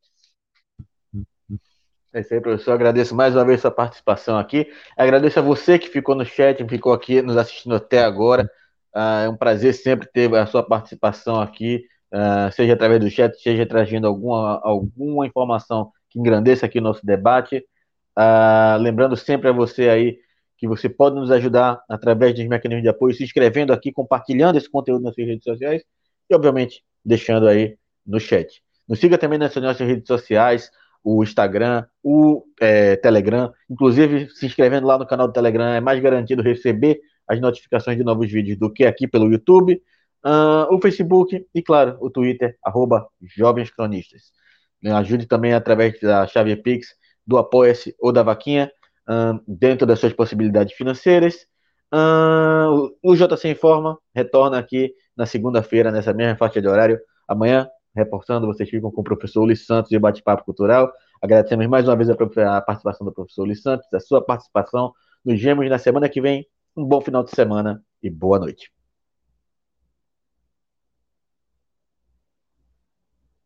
É isso aí, professor. Agradeço mais uma vez sua participação aqui. Agradeço a você que ficou no chat, ficou aqui nos assistindo até agora. É um prazer sempre ter a sua participação aqui, seja através do chat, seja trazendo alguma informação que engrandeça aqui o nosso debate. Lembrando sempre a você aí que você pode nos ajudar através dos mecanismos de apoio, se inscrevendo aqui, compartilhando esse conteúdo nas suas redes sociais e, obviamente, deixando aí no chat. Nos siga também nas nossas redes sociais, o Instagram, o Telegram. Inclusive, se inscrevendo lá no canal do Telegram é mais garantido receber as notificações de novos vídeos do que aqui pelo YouTube, o Facebook e, claro, o Twitter, @Jovens Cronistas. Ajude também através da chave Pix, do Apoia-se ou da Vaquinha, dentro das suas possibilidades financeiras. O JC Informa retorna aqui na segunda-feira, nessa mesma faixa de horário. Amanhã, reportando, vocês ficam com o professor Luiz Santos e o Bate-Papo Cultural. Agradecemos mais uma vez a participação do professor Luiz Santos, a sua participação. Nos vemos na semana que vem. Um bom final de semana e boa noite.